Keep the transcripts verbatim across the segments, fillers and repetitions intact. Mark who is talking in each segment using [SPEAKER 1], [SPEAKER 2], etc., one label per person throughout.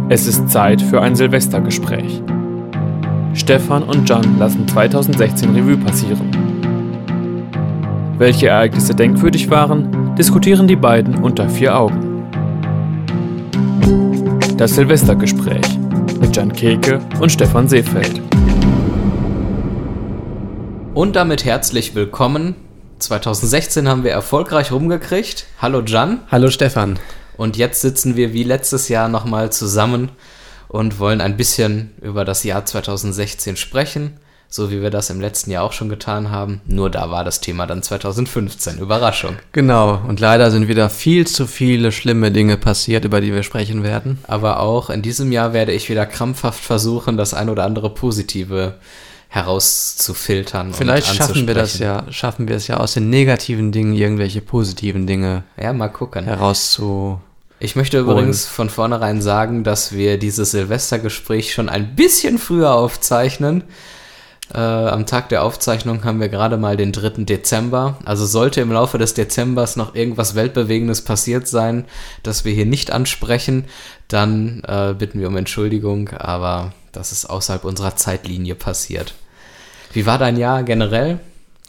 [SPEAKER 1] Es ist Zeit für ein Silvestergespräch. Stefan und Jan lassen zweitausendsechzehn Revue passieren. Welche Ereignisse denkwürdig waren, diskutieren die beiden unter vier Augen. Das Silvestergespräch mit Jan Keke und Stefan Seefeld.
[SPEAKER 2] Und damit herzlich willkommen. zweitausendsechzehn haben wir erfolgreich rumgekriegt. Hallo Jan.
[SPEAKER 3] Hallo Stefan.
[SPEAKER 2] Und jetzt sitzen wir wie letztes Jahr nochmal zusammen und wollen ein bisschen über das Jahr zweitausendsechzehn sprechen, so wie wir das im letzten Jahr auch schon getan haben. Nur da war das Thema dann zweitausendfünfzehn. Überraschung.
[SPEAKER 3] Genau, und leider sind wieder viel zu viele schlimme Dinge passiert, über die wir sprechen werden.
[SPEAKER 2] Aber auch in diesem Jahr werde ich wieder krampfhaft versuchen, das ein oder andere Positive herauszufiltern.
[SPEAKER 3] Vielleicht schaffen wir das ja, schaffen wir es ja aus den negativen Dingen irgendwelche positiven Dinge
[SPEAKER 2] ja, mal gucken.
[SPEAKER 3] herauszu.
[SPEAKER 2] Ich möchte übrigens von vornherein sagen, dass wir dieses Silvestergespräch schon ein bisschen früher aufzeichnen. Äh, am Tag der Aufzeichnung haben wir gerade mal den dritten Dezember. Also sollte im Laufe des Dezembers noch irgendwas Weltbewegendes passiert sein, das wir hier nicht ansprechen, dann äh, bitten wir um Entschuldigung, aber das ist außerhalb unserer Zeitlinie passiert. Wie war dein Jahr generell?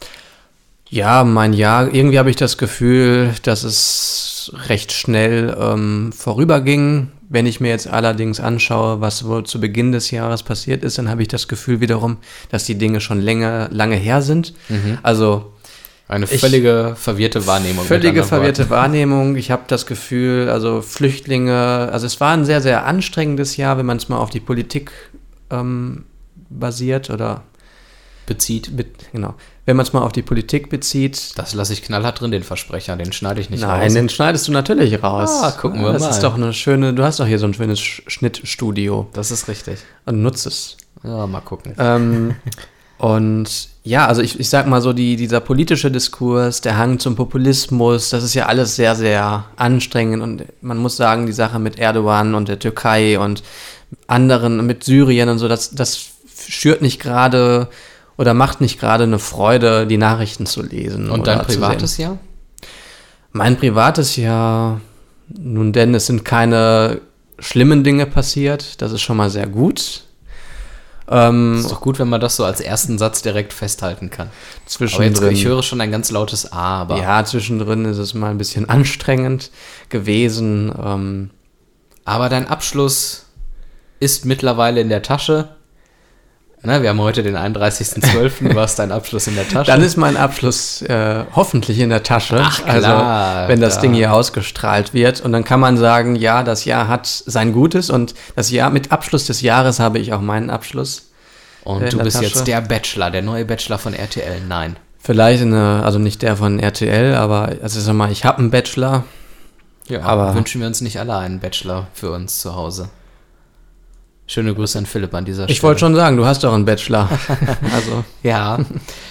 [SPEAKER 3] Ja, mein Jahr, irgendwie habe ich das Gefühl, dass es recht schnell ähm, vorüberging. Wenn ich mir jetzt allerdings anschaue, was wohl zu Beginn des Jahres passiert ist, dann habe ich das Gefühl wiederum, dass die Dinge schon länger, lange her sind. Mhm. Also
[SPEAKER 2] Eine völlige ich, verwirrte Wahrnehmung.
[SPEAKER 3] Völlige verwirrte Wahrnehmung. Ich habe das Gefühl, also Flüchtlinge, also es war ein sehr, sehr anstrengendes Jahr, wenn man es mal auf die Politik ähm, basiert oder
[SPEAKER 2] bezieht.
[SPEAKER 3] Be- genau. Wenn man es mal auf die Politik bezieht.
[SPEAKER 2] Das lasse ich knallhart drin, den Versprecher, den schneide ich nicht
[SPEAKER 3] Nein,
[SPEAKER 2] raus.
[SPEAKER 3] Nein, den schneidest du natürlich raus.
[SPEAKER 2] Ah, gucken wir
[SPEAKER 3] das
[SPEAKER 2] mal.
[SPEAKER 3] Das ist doch eine schöne, du hast doch hier so ein schönes Schnittstudio.
[SPEAKER 2] Das ist richtig.
[SPEAKER 3] Und nutzt es.
[SPEAKER 2] Ja, mal gucken.
[SPEAKER 3] Ähm, und ja, also ich, ich sag mal so, die, dieser politische Diskurs, der Hang zum Populismus, das ist ja alles sehr, sehr anstrengend. Und man muss sagen, die Sache mit Erdogan und der Türkei und anderen, mit Syrien und so, das, das schürt nicht gerade oder macht nicht gerade eine Freude, die Nachrichten zu lesen.
[SPEAKER 2] Und dein privates Jahr?
[SPEAKER 3] Mein privates Jahr, nun denn, es sind keine schlimmen Dinge passiert, das ist schon mal sehr gut. Ähm,
[SPEAKER 2] ist doch gut, wenn man das so als ersten Satz direkt festhalten kann.
[SPEAKER 3] Zwischendrin.
[SPEAKER 2] Aber jetzt, ich höre schon ein ganz lautes A. Aber
[SPEAKER 3] ja, zwischendrin ist es mal ein bisschen anstrengend gewesen. Ähm,
[SPEAKER 2] aber dein Abschluss ist mittlerweile in der Tasche. Na, wir haben heute den einunddreißigsten zwölften Du hast deinen Abschluss in der Tasche.
[SPEAKER 3] Dann ist mein Abschluss äh, hoffentlich in der Tasche.
[SPEAKER 2] Ach, klar,
[SPEAKER 3] also wenn das
[SPEAKER 2] klar.
[SPEAKER 3] Ding hier ausgestrahlt wird. Und dann kann man sagen, ja, das Jahr hat sein Gutes. Und das Jahr mit Abschluss des Jahres habe ich auch meinen Abschluss.
[SPEAKER 2] Und
[SPEAKER 3] äh,
[SPEAKER 2] du bist
[SPEAKER 3] Tasche.
[SPEAKER 2] jetzt der Bachelor, der neue Bachelor von R T L. Nein.
[SPEAKER 3] Vielleicht, eine, also nicht der von R T L, aber also sag mal, ich habe einen Bachelor.
[SPEAKER 2] Ja,
[SPEAKER 3] aber
[SPEAKER 2] wünschen wir uns nicht alle einen Bachelor für uns zu Hause. Schöne Grüße an Philipp an dieser Stelle.
[SPEAKER 3] Ich wollte schon sagen, du hast doch einen Bachelor. also
[SPEAKER 2] ja,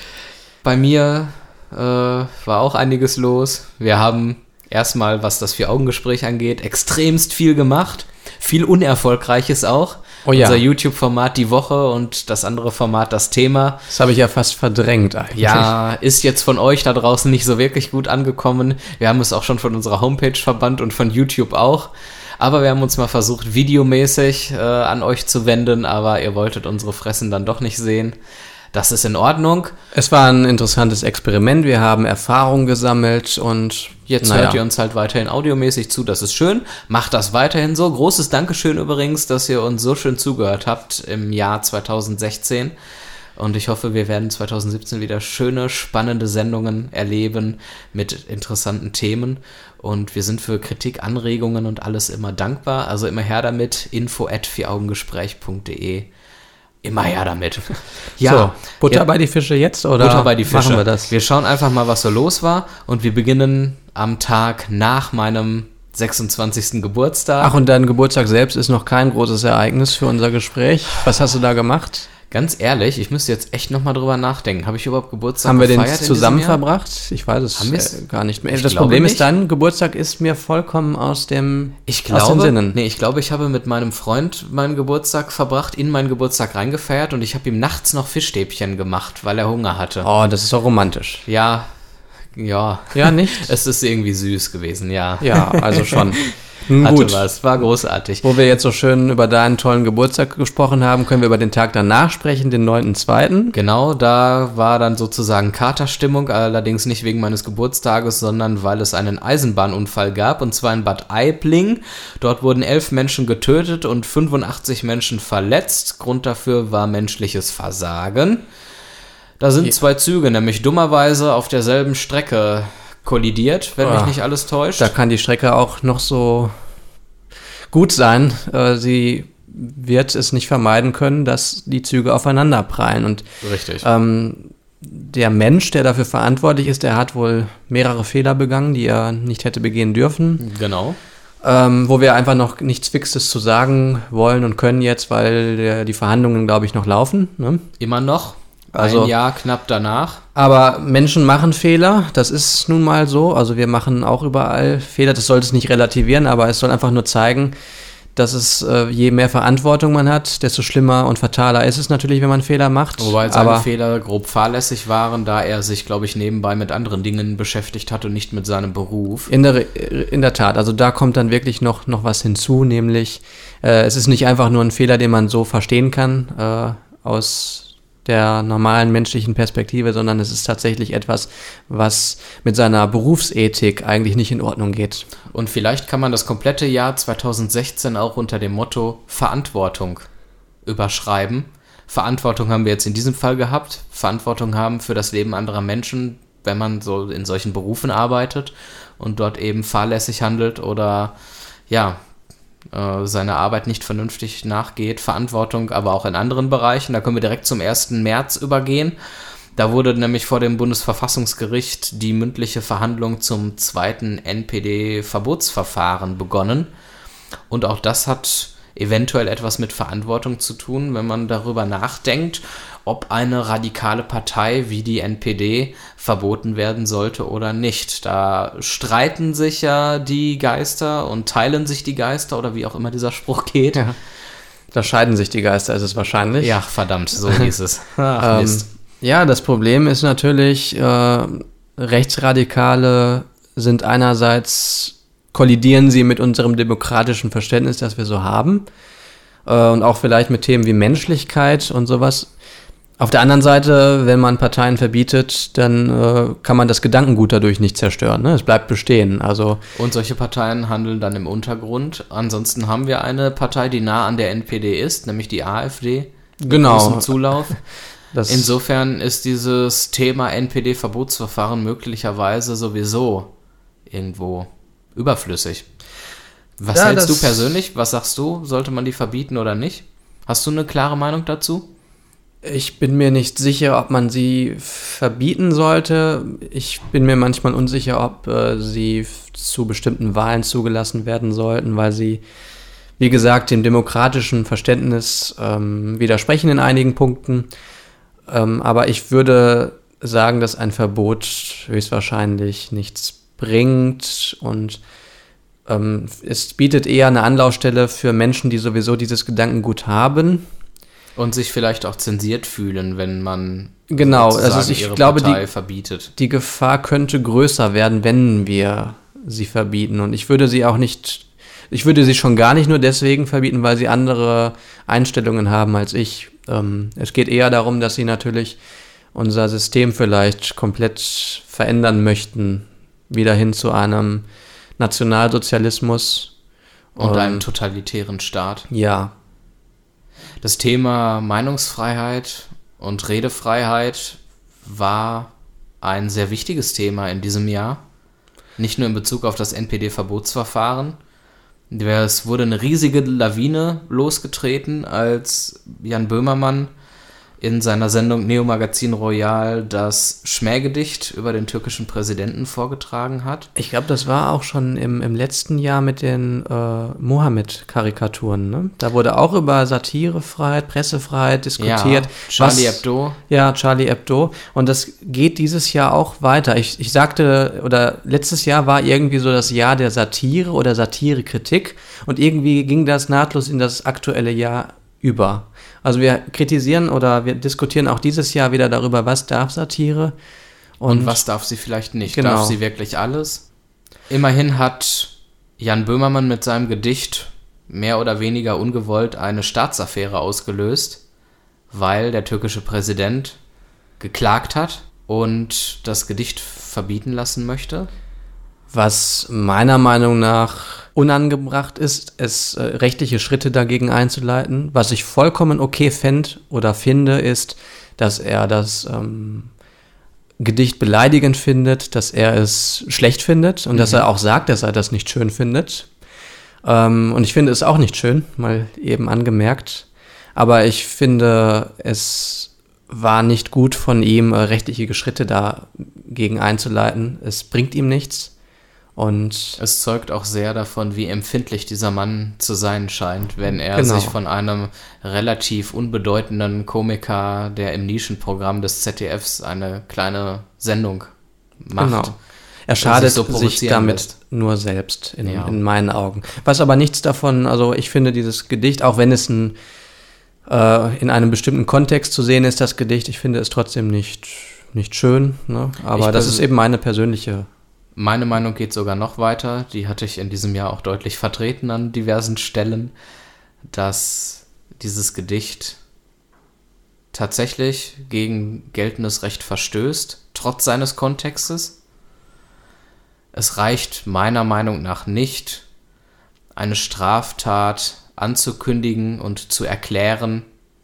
[SPEAKER 2] bei mir äh, war auch einiges los. Wir haben erstmal, was das Vier-Augen-Gespräch angeht, extremst viel gemacht. Viel Unerfolgreiches auch.
[SPEAKER 3] Oh ja.
[SPEAKER 2] Unser YouTube-Format die Woche und das andere Format das Thema.
[SPEAKER 3] Das habe ich ja fast verdrängt eigentlich.
[SPEAKER 2] Ja, ist jetzt von euch da draußen nicht so wirklich gut angekommen. Wir haben es auch schon von unserer Homepage verbannt und von YouTube auch. Aber wir haben uns mal versucht, videomäßig äh, an euch zu wenden, aber ihr wolltet unsere Fressen dann doch nicht sehen. Das ist in Ordnung.
[SPEAKER 3] Es war ein interessantes Experiment, wir haben Erfahrung gesammelt und
[SPEAKER 2] jetzt
[SPEAKER 3] naja.
[SPEAKER 2] hört ihr uns halt weiterhin audiomäßig zu, das ist schön. Macht das weiterhin so. Großes Dankeschön übrigens, dass ihr uns so schön zugehört habt im Jahr zweitausendsechzehn. Und ich hoffe, wir werden zweitausendsiebzehn wieder schöne, spannende Sendungen erleben mit interessanten Themen. Und wir sind für Kritik, Anregungen und alles immer dankbar. Also immer her damit. info at vieraugengespräch punkt de. Immer her damit.
[SPEAKER 3] Ja, so, Butter ja, bei die Fische jetzt oder
[SPEAKER 2] Butter bei die Fische.
[SPEAKER 3] Machen wir das?
[SPEAKER 2] Wir schauen einfach mal, was so los war. Und wir beginnen am Tag nach meinem sechsundzwanzigsten Geburtstag.
[SPEAKER 3] Ach, und dein Geburtstag selbst ist noch kein großes Ereignis für unser Gespräch. Was hast du da gemacht?
[SPEAKER 2] Ganz ehrlich, ich müsste jetzt echt nochmal drüber nachdenken. Habe ich überhaupt Geburtstag
[SPEAKER 3] Haben wir den
[SPEAKER 2] gefeiert
[SPEAKER 3] zusammen verbracht? Ich weiß es
[SPEAKER 2] Haben
[SPEAKER 3] äh, gar nicht mehr.
[SPEAKER 2] Ich
[SPEAKER 3] das Problem nicht. ist dann, Geburtstag ist mir vollkommen aus dem
[SPEAKER 2] ich glaube,
[SPEAKER 3] aus den Sinnen.
[SPEAKER 2] Nee, ich glaube, ich habe mit meinem Freund meinen Geburtstag verbracht, in meinen Geburtstag reingefeiert und ich habe ihm nachts noch Fischstäbchen gemacht, weil er Hunger hatte.
[SPEAKER 3] Oh, das ist doch romantisch.
[SPEAKER 2] Ja, ja.
[SPEAKER 3] Ja, nicht?
[SPEAKER 2] Es ist irgendwie süß gewesen, ja.
[SPEAKER 3] Ja, also schon. Nun gut.
[SPEAKER 2] Hatte was, war großartig.
[SPEAKER 3] Wo wir jetzt so schön über deinen tollen Geburtstag gesprochen haben, können wir über den Tag danach sprechen, den neunten zweiten
[SPEAKER 2] Genau, da war dann sozusagen Katerstimmung, allerdings nicht wegen meines Geburtstages, sondern weil es einen Eisenbahnunfall gab, und zwar in Bad Aibling. Dort wurden elf Menschen getötet und fünfundachtzig Menschen verletzt. Grund dafür war menschliches Versagen. Da sind zwei Züge, nämlich dummerweise auf derselben Strecke kollidiert, wenn mich nicht alles täuscht.
[SPEAKER 3] Da kann die Strecke auch noch so gut sein. Sie wird es nicht vermeiden können, dass die Züge aufeinander prallen. Und
[SPEAKER 2] Richtig.
[SPEAKER 3] Ähm, der Mensch, der dafür verantwortlich ist, der hat wohl mehrere Fehler begangen, die er nicht hätte begehen dürfen.
[SPEAKER 2] Genau.
[SPEAKER 3] Ähm, wo wir einfach noch nichts Fixes zu sagen wollen und können jetzt, weil der, die Verhandlungen, glaube ich, noch laufen. Ne?
[SPEAKER 2] Immer noch.
[SPEAKER 3] Also,
[SPEAKER 2] ein Jahr knapp danach.
[SPEAKER 3] Aber Menschen machen Fehler, das ist nun mal so. Also wir machen auch überall Fehler, das sollte es nicht relativieren, aber es soll einfach nur zeigen, dass es, äh, je mehr Verantwortung man hat, desto schlimmer und fataler ist es natürlich, wenn man Fehler macht.
[SPEAKER 2] Wobei seine
[SPEAKER 3] aber
[SPEAKER 2] Fehler grob fahrlässig waren, da er sich, glaube ich, nebenbei mit anderen Dingen beschäftigt hat und nicht mit seinem Beruf.
[SPEAKER 3] In der, in der Tat, also da kommt dann wirklich noch, noch was hinzu, nämlich äh, es ist nicht einfach nur ein Fehler, den man so verstehen kann, äh, aus der normalen menschlichen Perspektive, sondern es ist tatsächlich etwas, was mit seiner Berufsethik eigentlich nicht in Ordnung geht.
[SPEAKER 2] Und vielleicht kann man das komplette Jahr zweitausendsechzehn auch unter dem Motto Verantwortung überschreiben. Verantwortung haben wir jetzt in diesem Fall gehabt. Verantwortung haben für das Leben anderer Menschen, wenn man so in solchen Berufen arbeitet und dort eben fahrlässig handelt oder ja, seiner Arbeit nicht vernünftig nachgeht, Verantwortung aber auch in anderen Bereichen. Da können wir direkt zum ersten März übergehen. Da wurde nämlich vor dem Bundesverfassungsgericht die mündliche Verhandlung zum zweiten N P D-Verbotsverfahren begonnen. Und auch das hat eventuell etwas mit Verantwortung zu tun, wenn man darüber nachdenkt, ob eine radikale Partei wie die N P D verboten werden sollte oder nicht. Da streiten sich ja die Geister und teilen sich die Geister oder wie auch immer dieser Spruch geht.
[SPEAKER 3] Ja. Da scheiden sich die Geister, ist es wahrscheinlich.
[SPEAKER 2] Ja, verdammt, so hieß es. Ach, Mist.
[SPEAKER 3] Ähm, ja, das Problem ist natürlich, äh, Rechtsradikale sind einerseits, kollidieren sie mit unserem demokratischen Verständnis, das wir so haben, äh, und auch vielleicht mit Themen wie Menschlichkeit und sowas. Auf der anderen Seite, wenn man Parteien verbietet, dann äh, kann man das Gedankengut dadurch nicht zerstören. Ne? Es bleibt bestehen. Also
[SPEAKER 2] und solche Parteien handeln dann im Untergrund. Ansonsten haben wir eine Partei, die nah an der N P D ist, nämlich die AfD.
[SPEAKER 3] Genau.
[SPEAKER 2] Großen Zulauf.
[SPEAKER 3] Das
[SPEAKER 2] Insofern ist dieses Thema N P D-Verbotsverfahren möglicherweise sowieso irgendwo überflüssig. Was
[SPEAKER 3] ja,
[SPEAKER 2] hältst du persönlich? Was sagst du? Sollte man die verbieten oder nicht? Hast du eine klare Meinung dazu?
[SPEAKER 3] Ich bin mir nicht sicher, ob man sie verbieten sollte. Ich bin mir manchmal unsicher, ob äh, sie f- zu bestimmten Wahlen zugelassen werden sollten, weil sie, wie gesagt, dem demokratischen Verständnis ähm, widersprechen in einigen Punkten. Ähm, aber ich würde sagen, dass ein Verbot höchstwahrscheinlich nichts bringt und ähm, es bietet eher eine Anlaufstelle für Menschen, die sowieso dieses Gedankengut haben.
[SPEAKER 2] Und sich vielleicht auch zensiert fühlen, wenn man
[SPEAKER 3] genau,
[SPEAKER 2] sozusagen
[SPEAKER 3] also ich
[SPEAKER 2] ihre
[SPEAKER 3] glaube,
[SPEAKER 2] Partei
[SPEAKER 3] die,
[SPEAKER 2] verbietet.
[SPEAKER 3] Die Gefahr könnte größer werden, wenn wir sie verbieten. Und ich würde sie auch nicht, ich würde sie schon gar nicht nur deswegen verbieten, weil sie andere Einstellungen haben als ich. Ähm, es geht eher darum, dass sie natürlich unser System vielleicht komplett verändern möchten, wieder hin zu einem Nationalsozialismus.
[SPEAKER 2] Und
[SPEAKER 3] ähm,
[SPEAKER 2] einem totalitären Staat.
[SPEAKER 3] Ja.
[SPEAKER 2] Das Thema Meinungsfreiheit und Redefreiheit war ein sehr wichtiges Thema in diesem Jahr. Nicht nur in Bezug auf das N P D-Verbotsverfahren. Es wurde eine riesige Lawine losgetreten, als Jan Böhmermann in seiner Sendung Neo Magazin Royal das Schmähgedicht über den türkischen Präsidenten vorgetragen hat.
[SPEAKER 3] Ich glaube, das war auch schon im, im letzten Jahr mit den äh, Mohammed-Karikaturen. Ne? Da wurde auch über Satirefreiheit, Pressefreiheit diskutiert.
[SPEAKER 2] Ja, Charlie
[SPEAKER 3] was,
[SPEAKER 2] Hebdo.
[SPEAKER 3] Ja, Charlie Hebdo. Und das geht dieses Jahr auch weiter. Ich, ich sagte, oder letztes Jahr war irgendwie so das Jahr der Satire oder Satirekritik. Und irgendwie ging das nahtlos in das aktuelle Jahr über. Also wir kritisieren oder wir diskutieren auch dieses Jahr wieder darüber, was darf Satire
[SPEAKER 2] und, und was darf sie vielleicht nicht.
[SPEAKER 3] Genau.
[SPEAKER 2] Darf sie wirklich alles? Immerhin hat Jan Böhmermann mit seinem Gedicht mehr oder weniger ungewollt eine Staatsaffäre ausgelöst, weil der türkische Präsident geklagt hat und das Gedicht verbieten lassen möchte.
[SPEAKER 3] Was meiner Meinung nach unangebracht ist, es äh, rechtliche Schritte dagegen einzuleiten. Was ich vollkommen okay fände oder finde, ist, dass er das ähm, Gedicht beleidigend findet, dass er es schlecht findet und mhm. dass er auch sagt, dass er das nicht schön findet. Ähm, und ich finde es auch nicht schön, mal eben angemerkt. Aber ich finde, es war nicht gut von ihm, äh, rechtliche Schritte dagegen einzuleiten. Es bringt ihm nichts. Und
[SPEAKER 2] es zeugt auch sehr davon, wie empfindlich dieser Mann zu sein scheint, wenn er
[SPEAKER 3] genau.
[SPEAKER 2] sich von einem relativ unbedeutenden Komiker, der im Nischenprogramm des Z D Fs eine kleine Sendung macht. Genau.
[SPEAKER 3] Er schadet sich, so sich damit lässt. Nur selbst, in, ja. in meinen Augen. Was aber nichts davon, also ich finde dieses Gedicht, auch wenn es ein, äh, in einem bestimmten Kontext zu sehen ist, das Gedicht, ich finde es trotzdem nicht, nicht schön, ne? Aber ich das ist eben meine persönliche
[SPEAKER 2] Meine Meinung geht sogar noch weiter, die hatte ich in diesem Jahr auch deutlich vertreten an diversen Stellen, dass dieses Gedicht tatsächlich gegen geltendes Recht verstößt, trotz seines Kontextes. Es reicht meiner Meinung nach nicht, eine Straftat anzukündigen und zu erklären,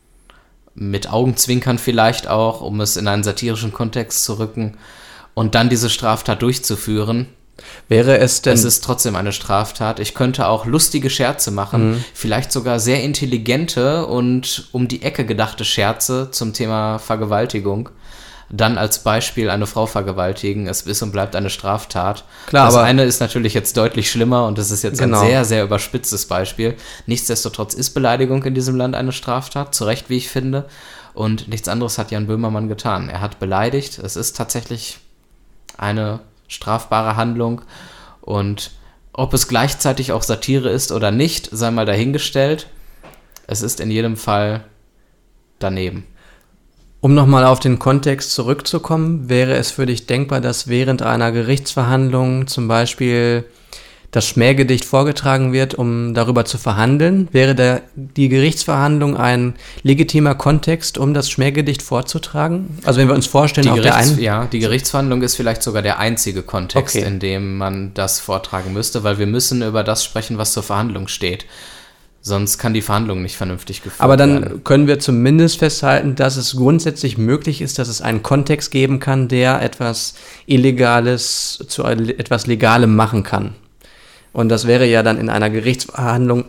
[SPEAKER 2] mit Augenzwinkern vielleicht auch, um es in einen satirischen Kontext zu rücken, und dann diese Straftat durchzuführen.
[SPEAKER 3] Wäre es denn...
[SPEAKER 2] Es ist trotzdem eine Straftat. Ich könnte auch lustige Scherze machen, mhm. vielleicht sogar sehr intelligente und um die Ecke gedachte Scherze zum Thema Vergewaltigung. Dann als Beispiel eine Frau vergewaltigen. Es ist und bleibt eine Straftat.
[SPEAKER 3] Klar,
[SPEAKER 2] das
[SPEAKER 3] aber
[SPEAKER 2] eine ist natürlich jetzt deutlich schlimmer und das ist jetzt genau. ein sehr, sehr überspitztes Beispiel. Nichtsdestotrotz ist Beleidigung in diesem Land eine Straftat, zu Recht, wie ich finde. Und nichts anderes hat Jan Böhmermann getan. Er hat beleidigt. Es ist tatsächlich eine strafbare Handlung und ob es gleichzeitig auch Satire ist oder nicht, sei mal dahingestellt. Es ist in jedem Fall daneben.
[SPEAKER 3] Um nochmal auf den Kontext zurückzukommen, wäre es für dich denkbar, dass während einer Gerichtsverhandlung zum Beispiel das Schmähgedicht vorgetragen wird, um darüber zu verhandeln? Wäre der, die Gerichtsverhandlung ein legitimer Kontext, um das Schmähgedicht vorzutragen? Also wenn wir uns vorstellen,
[SPEAKER 2] die
[SPEAKER 3] auf
[SPEAKER 2] Gerichts,
[SPEAKER 3] der einen...
[SPEAKER 2] Ja, die Gerichtsverhandlung ist vielleicht sogar der einzige Kontext, okay. in dem man das vortragen müsste, weil wir müssen über das sprechen, was zur Verhandlung steht. Sonst kann die Verhandlung nicht vernünftig geführt werden.
[SPEAKER 3] Aber dann
[SPEAKER 2] werden.
[SPEAKER 3] können wir zumindest festhalten, dass es grundsätzlich möglich ist, dass es einen Kontext geben kann, der etwas Illegales zu etwas Legalem machen kann. Und das wäre ja dann in einer Gerichtsverhandlung...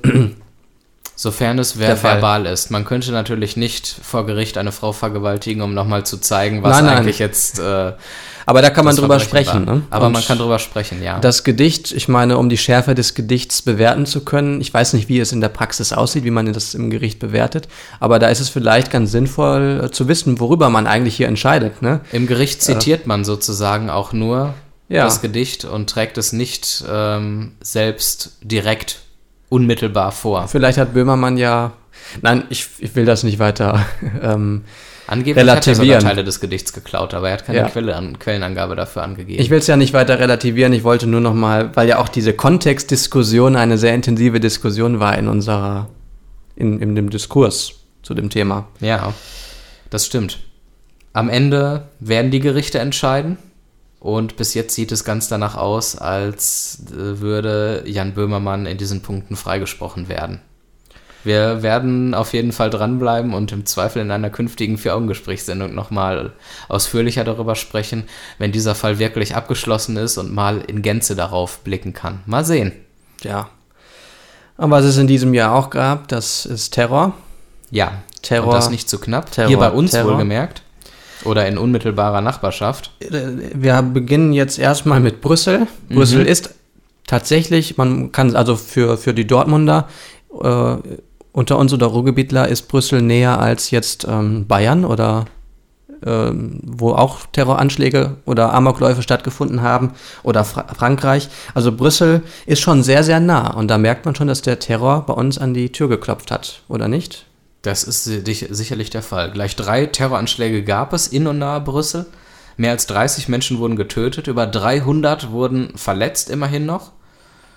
[SPEAKER 2] Sofern es wer verbal ist. Man könnte natürlich nicht vor Gericht eine Frau vergewaltigen, um nochmal zu zeigen, was
[SPEAKER 3] nein, nein.
[SPEAKER 2] eigentlich jetzt... Äh,
[SPEAKER 3] Aber da kann man drüber sprechen. Ne?
[SPEAKER 2] Aber Und man kann drüber sprechen, ja.
[SPEAKER 3] Das Gedicht, ich meine, um die Schärfe des Gedichts bewerten zu können, ich weiß nicht, wie es in der Praxis aussieht, wie man das im Gericht bewertet, aber da ist es vielleicht ganz sinnvoll äh, zu wissen, worüber man eigentlich hier entscheidet. Ne?
[SPEAKER 2] Im Gericht zitiert äh, man sozusagen auch nur
[SPEAKER 3] ja.
[SPEAKER 2] das Gedicht und trägt es nicht ähm, selbst direkt unmittelbar vor.
[SPEAKER 3] Vielleicht hat Böhmermann ja, nein, ich, ich will das nicht weiter ähm,
[SPEAKER 2] Angeblich relativieren. Hat er sogar Teile des Gedichts geklaut, aber er hat keine ja. Quelle an, Quellenangabe dafür angegeben.
[SPEAKER 3] Ich will es ja nicht weiter relativieren, ich wollte nur noch mal, weil ja auch diese Kontextdiskussion eine sehr intensive Diskussion war in unserer, in, in dem Diskurs zu dem Thema.
[SPEAKER 2] Ja, das stimmt. Am Ende werden die Gerichte entscheiden und bis jetzt sieht es ganz danach aus, als würde Jan Böhmermann in diesen Punkten freigesprochen werden. Wir werden auf jeden Fall dranbleiben und im Zweifel in einer künftigen Vier-Augen-Gesprächssendung nochmal ausführlicher darüber sprechen, wenn dieser Fall wirklich abgeschlossen ist und mal in Gänze darauf blicken kann. Mal sehen.
[SPEAKER 3] Ja. Und was es in diesem Jahr auch gab, das ist Terror.
[SPEAKER 2] Ja,
[SPEAKER 3] Terror.
[SPEAKER 2] Und das nicht zu knapp.
[SPEAKER 3] Terror,
[SPEAKER 2] Hier bei uns
[SPEAKER 3] Terror.
[SPEAKER 2] Wohlgemerkt. Oder in unmittelbarer Nachbarschaft.
[SPEAKER 3] Wir beginnen jetzt erstmal mit Brüssel. Mhm. Brüssel ist tatsächlich, man kann also für, für die Dortmunder äh, unter uns oder Ruhrgebietler ist Brüssel näher als jetzt ähm, Bayern oder ähm, wo auch Terroranschläge oder Amokläufe stattgefunden haben oder Fra- Frankreich. Also Brüssel ist schon sehr, sehr nah und da merkt man schon, dass der Terror bei uns an die Tür geklopft hat, oder nicht?
[SPEAKER 2] Das ist sicherlich der Fall. Gleich drei Terroranschläge gab es in und nahe Brüssel. Mehr als dreißig Menschen wurden getötet, über dreihundert wurden verletzt immerhin noch.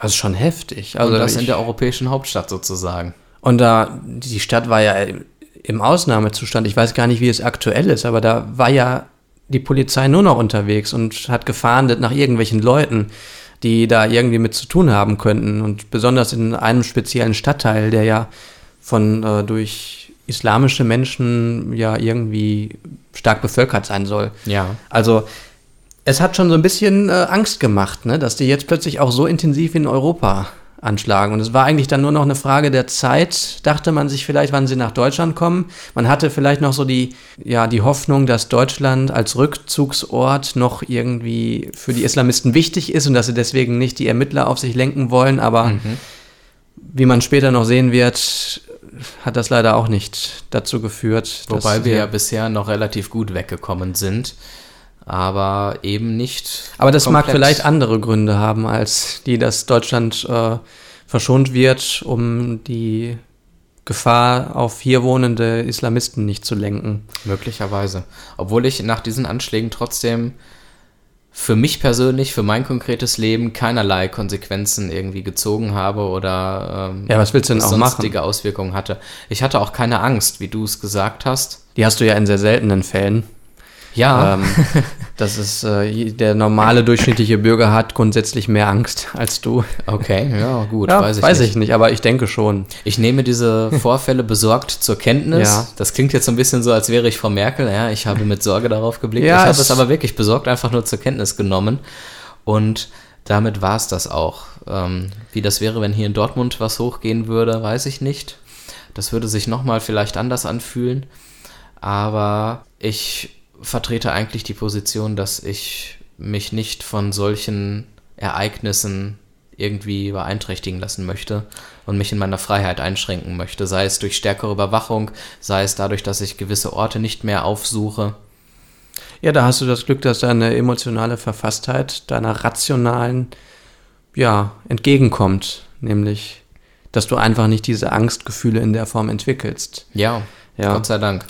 [SPEAKER 3] Also schon heftig. Also
[SPEAKER 2] und das
[SPEAKER 3] ich,
[SPEAKER 2] in der europäischen Hauptstadt sozusagen.
[SPEAKER 3] Und da, die Stadt war ja im Ausnahmezustand. Ich weiß gar nicht, wie es aktuell ist, aber da war ja die Polizei nur noch unterwegs und hat gefahndet nach irgendwelchen Leuten, die da irgendwie mit zu tun haben könnten. Und besonders in einem speziellen Stadtteil, der ja von äh, durch islamische Menschen ja irgendwie stark bevölkert sein soll.
[SPEAKER 2] Ja.
[SPEAKER 3] Also es hat schon so ein bisschen äh, Angst gemacht, ne, dass die jetzt plötzlich auch so intensiv in Europa anschlagen. Und es war eigentlich dann nur noch eine Frage der Zeit, dachte man sich vielleicht, wann sie nach Deutschland kommen. Man hatte vielleicht noch so die, ja, die Hoffnung, dass Deutschland als Rückzugsort noch irgendwie für die Islamisten wichtig ist und dass sie deswegen nicht die Ermittler auf sich lenken wollen. Aber mhm. wie man später noch sehen wird, hat das leider auch nicht dazu geführt.
[SPEAKER 2] Wobei
[SPEAKER 3] dass
[SPEAKER 2] wir ja bisher noch relativ gut weggekommen sind. Aber eben nicht.
[SPEAKER 3] Aber das
[SPEAKER 2] komplett.
[SPEAKER 3] mag vielleicht andere Gründe haben, als die, dass Deutschland äh, verschont wird, um die Gefahr auf hier wohnende Islamisten nicht zu lenken.
[SPEAKER 2] Möglicherweise. Obwohl ich nach diesen Anschlägen trotzdem für mich persönlich, für mein konkretes Leben keinerlei Konsequenzen irgendwie gezogen habe oder ähm,
[SPEAKER 3] ja, was willst du denn auch
[SPEAKER 2] sonstige
[SPEAKER 3] machen?
[SPEAKER 2] Auswirkungen hatte. Ich hatte auch keine Angst, wie du es gesagt hast.
[SPEAKER 3] Die hast du ja in sehr seltenen Fällen.
[SPEAKER 2] Ja.
[SPEAKER 3] Ähm, das ist, äh, der normale durchschnittliche Bürger hat grundsätzlich mehr Angst als du.
[SPEAKER 2] Okay, ja, gut,
[SPEAKER 3] ja,
[SPEAKER 2] weiß ich
[SPEAKER 3] weiß
[SPEAKER 2] nicht.
[SPEAKER 3] ich nicht, aber ich denke schon.
[SPEAKER 2] Ich nehme diese Vorfälle besorgt zur Kenntnis.
[SPEAKER 3] Ja.
[SPEAKER 2] Das klingt jetzt so ein bisschen so, als wäre ich Frau Merkel. Ja, ich habe mit Sorge darauf geblickt.
[SPEAKER 3] Ja,
[SPEAKER 2] ich habe
[SPEAKER 3] es
[SPEAKER 2] es aber wirklich besorgt einfach nur zur Kenntnis genommen. Und damit war es das auch. Ähm, wie das wäre, wenn hier in Dortmund was hochgehen würde, weiß ich nicht. Das würde sich nochmal vielleicht anders anfühlen. Aber ich vertrete eigentlich die Position, dass ich mich nicht von solchen Ereignissen irgendwie beeinträchtigen lassen möchte und mich in meiner Freiheit einschränken möchte, sei es durch stärkere Überwachung, sei es dadurch, dass ich gewisse Orte nicht mehr aufsuche.
[SPEAKER 3] Ja, da hast du das Glück, dass deine emotionale Verfasstheit deiner rationalen, ja, entgegenkommt, nämlich, dass du einfach nicht diese Angstgefühle in der Form entwickelst.
[SPEAKER 2] Ja,
[SPEAKER 3] ja.
[SPEAKER 2] Gott sei Dank.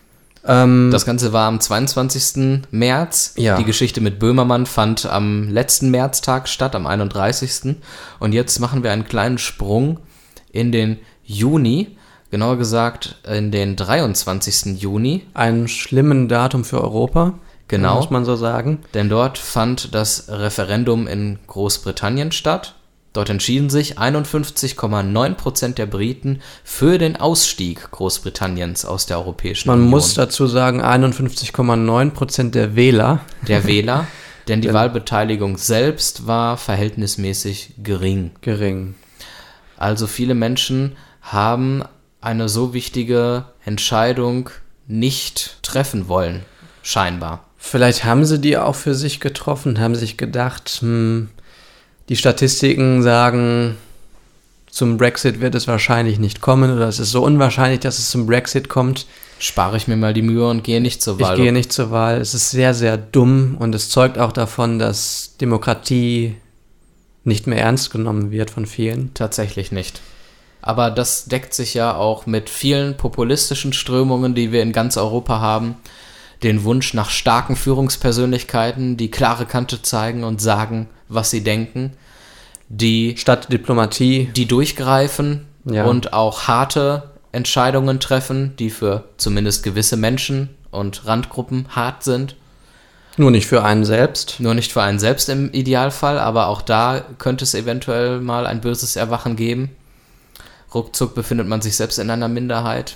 [SPEAKER 3] Ähm,
[SPEAKER 2] Das Ganze war am zweiundzwanzigsten März.
[SPEAKER 3] Ja.
[SPEAKER 2] Die Geschichte mit Böhmermann fand am letzten Märztag statt, am einunddreißigsten Und jetzt machen wir einen kleinen Sprung in den Juni, genauer gesagt in den dreiundzwanzigsten Juni.
[SPEAKER 3] Ein schlimmen Datum für Europa,
[SPEAKER 2] Genau.
[SPEAKER 3] muss man so sagen.
[SPEAKER 2] Denn dort fand das Referendum in Großbritannien statt. Dort entschieden sich einundfünfzig Komma neun Prozent der Briten für den Ausstieg Großbritanniens aus der Europäischen
[SPEAKER 3] Man
[SPEAKER 2] Union.
[SPEAKER 3] muss dazu sagen, einundfünfzig Komma neun Prozent der Wähler.
[SPEAKER 2] Der Wähler, denn die
[SPEAKER 3] Denn-
[SPEAKER 2] Wahlbeteiligung selbst war verhältnismäßig gering.
[SPEAKER 3] Gering.
[SPEAKER 2] Also viele Menschen haben eine so wichtige Entscheidung nicht treffen wollen, scheinbar.
[SPEAKER 3] Vielleicht haben sie die auch für sich getroffen, haben sich gedacht, hm, die Statistiken sagen, zum Brexit wird es wahrscheinlich nicht kommen oder es ist so unwahrscheinlich, dass es zum Brexit kommt.
[SPEAKER 2] Spare ich mir mal die Mühe und gehe nicht zur Wahl.
[SPEAKER 3] Ich gehe nicht zur Wahl. Es ist sehr, sehr dumm und es zeugt auch davon, dass Demokratie nicht mehr ernst genommen wird von vielen.
[SPEAKER 2] Tatsächlich nicht. Aber das deckt sich ja auch mit vielen populistischen Strömungen, die wir in ganz Europa haben. Den Wunsch nach starken Führungspersönlichkeiten, die klare Kante zeigen und sagen, was sie denken, die,
[SPEAKER 3] Statt Diplomatie.
[SPEAKER 2] die durchgreifen
[SPEAKER 3] Ja.
[SPEAKER 2] und auch harte Entscheidungen treffen, die für zumindest gewisse Menschen und Randgruppen hart sind.
[SPEAKER 3] Nur nicht für einen selbst.
[SPEAKER 2] Nur nicht für einen selbst im Idealfall, aber auch da könnte es eventuell mal ein böses Erwachen geben. Ruckzuck befindet man sich selbst in einer Minderheit.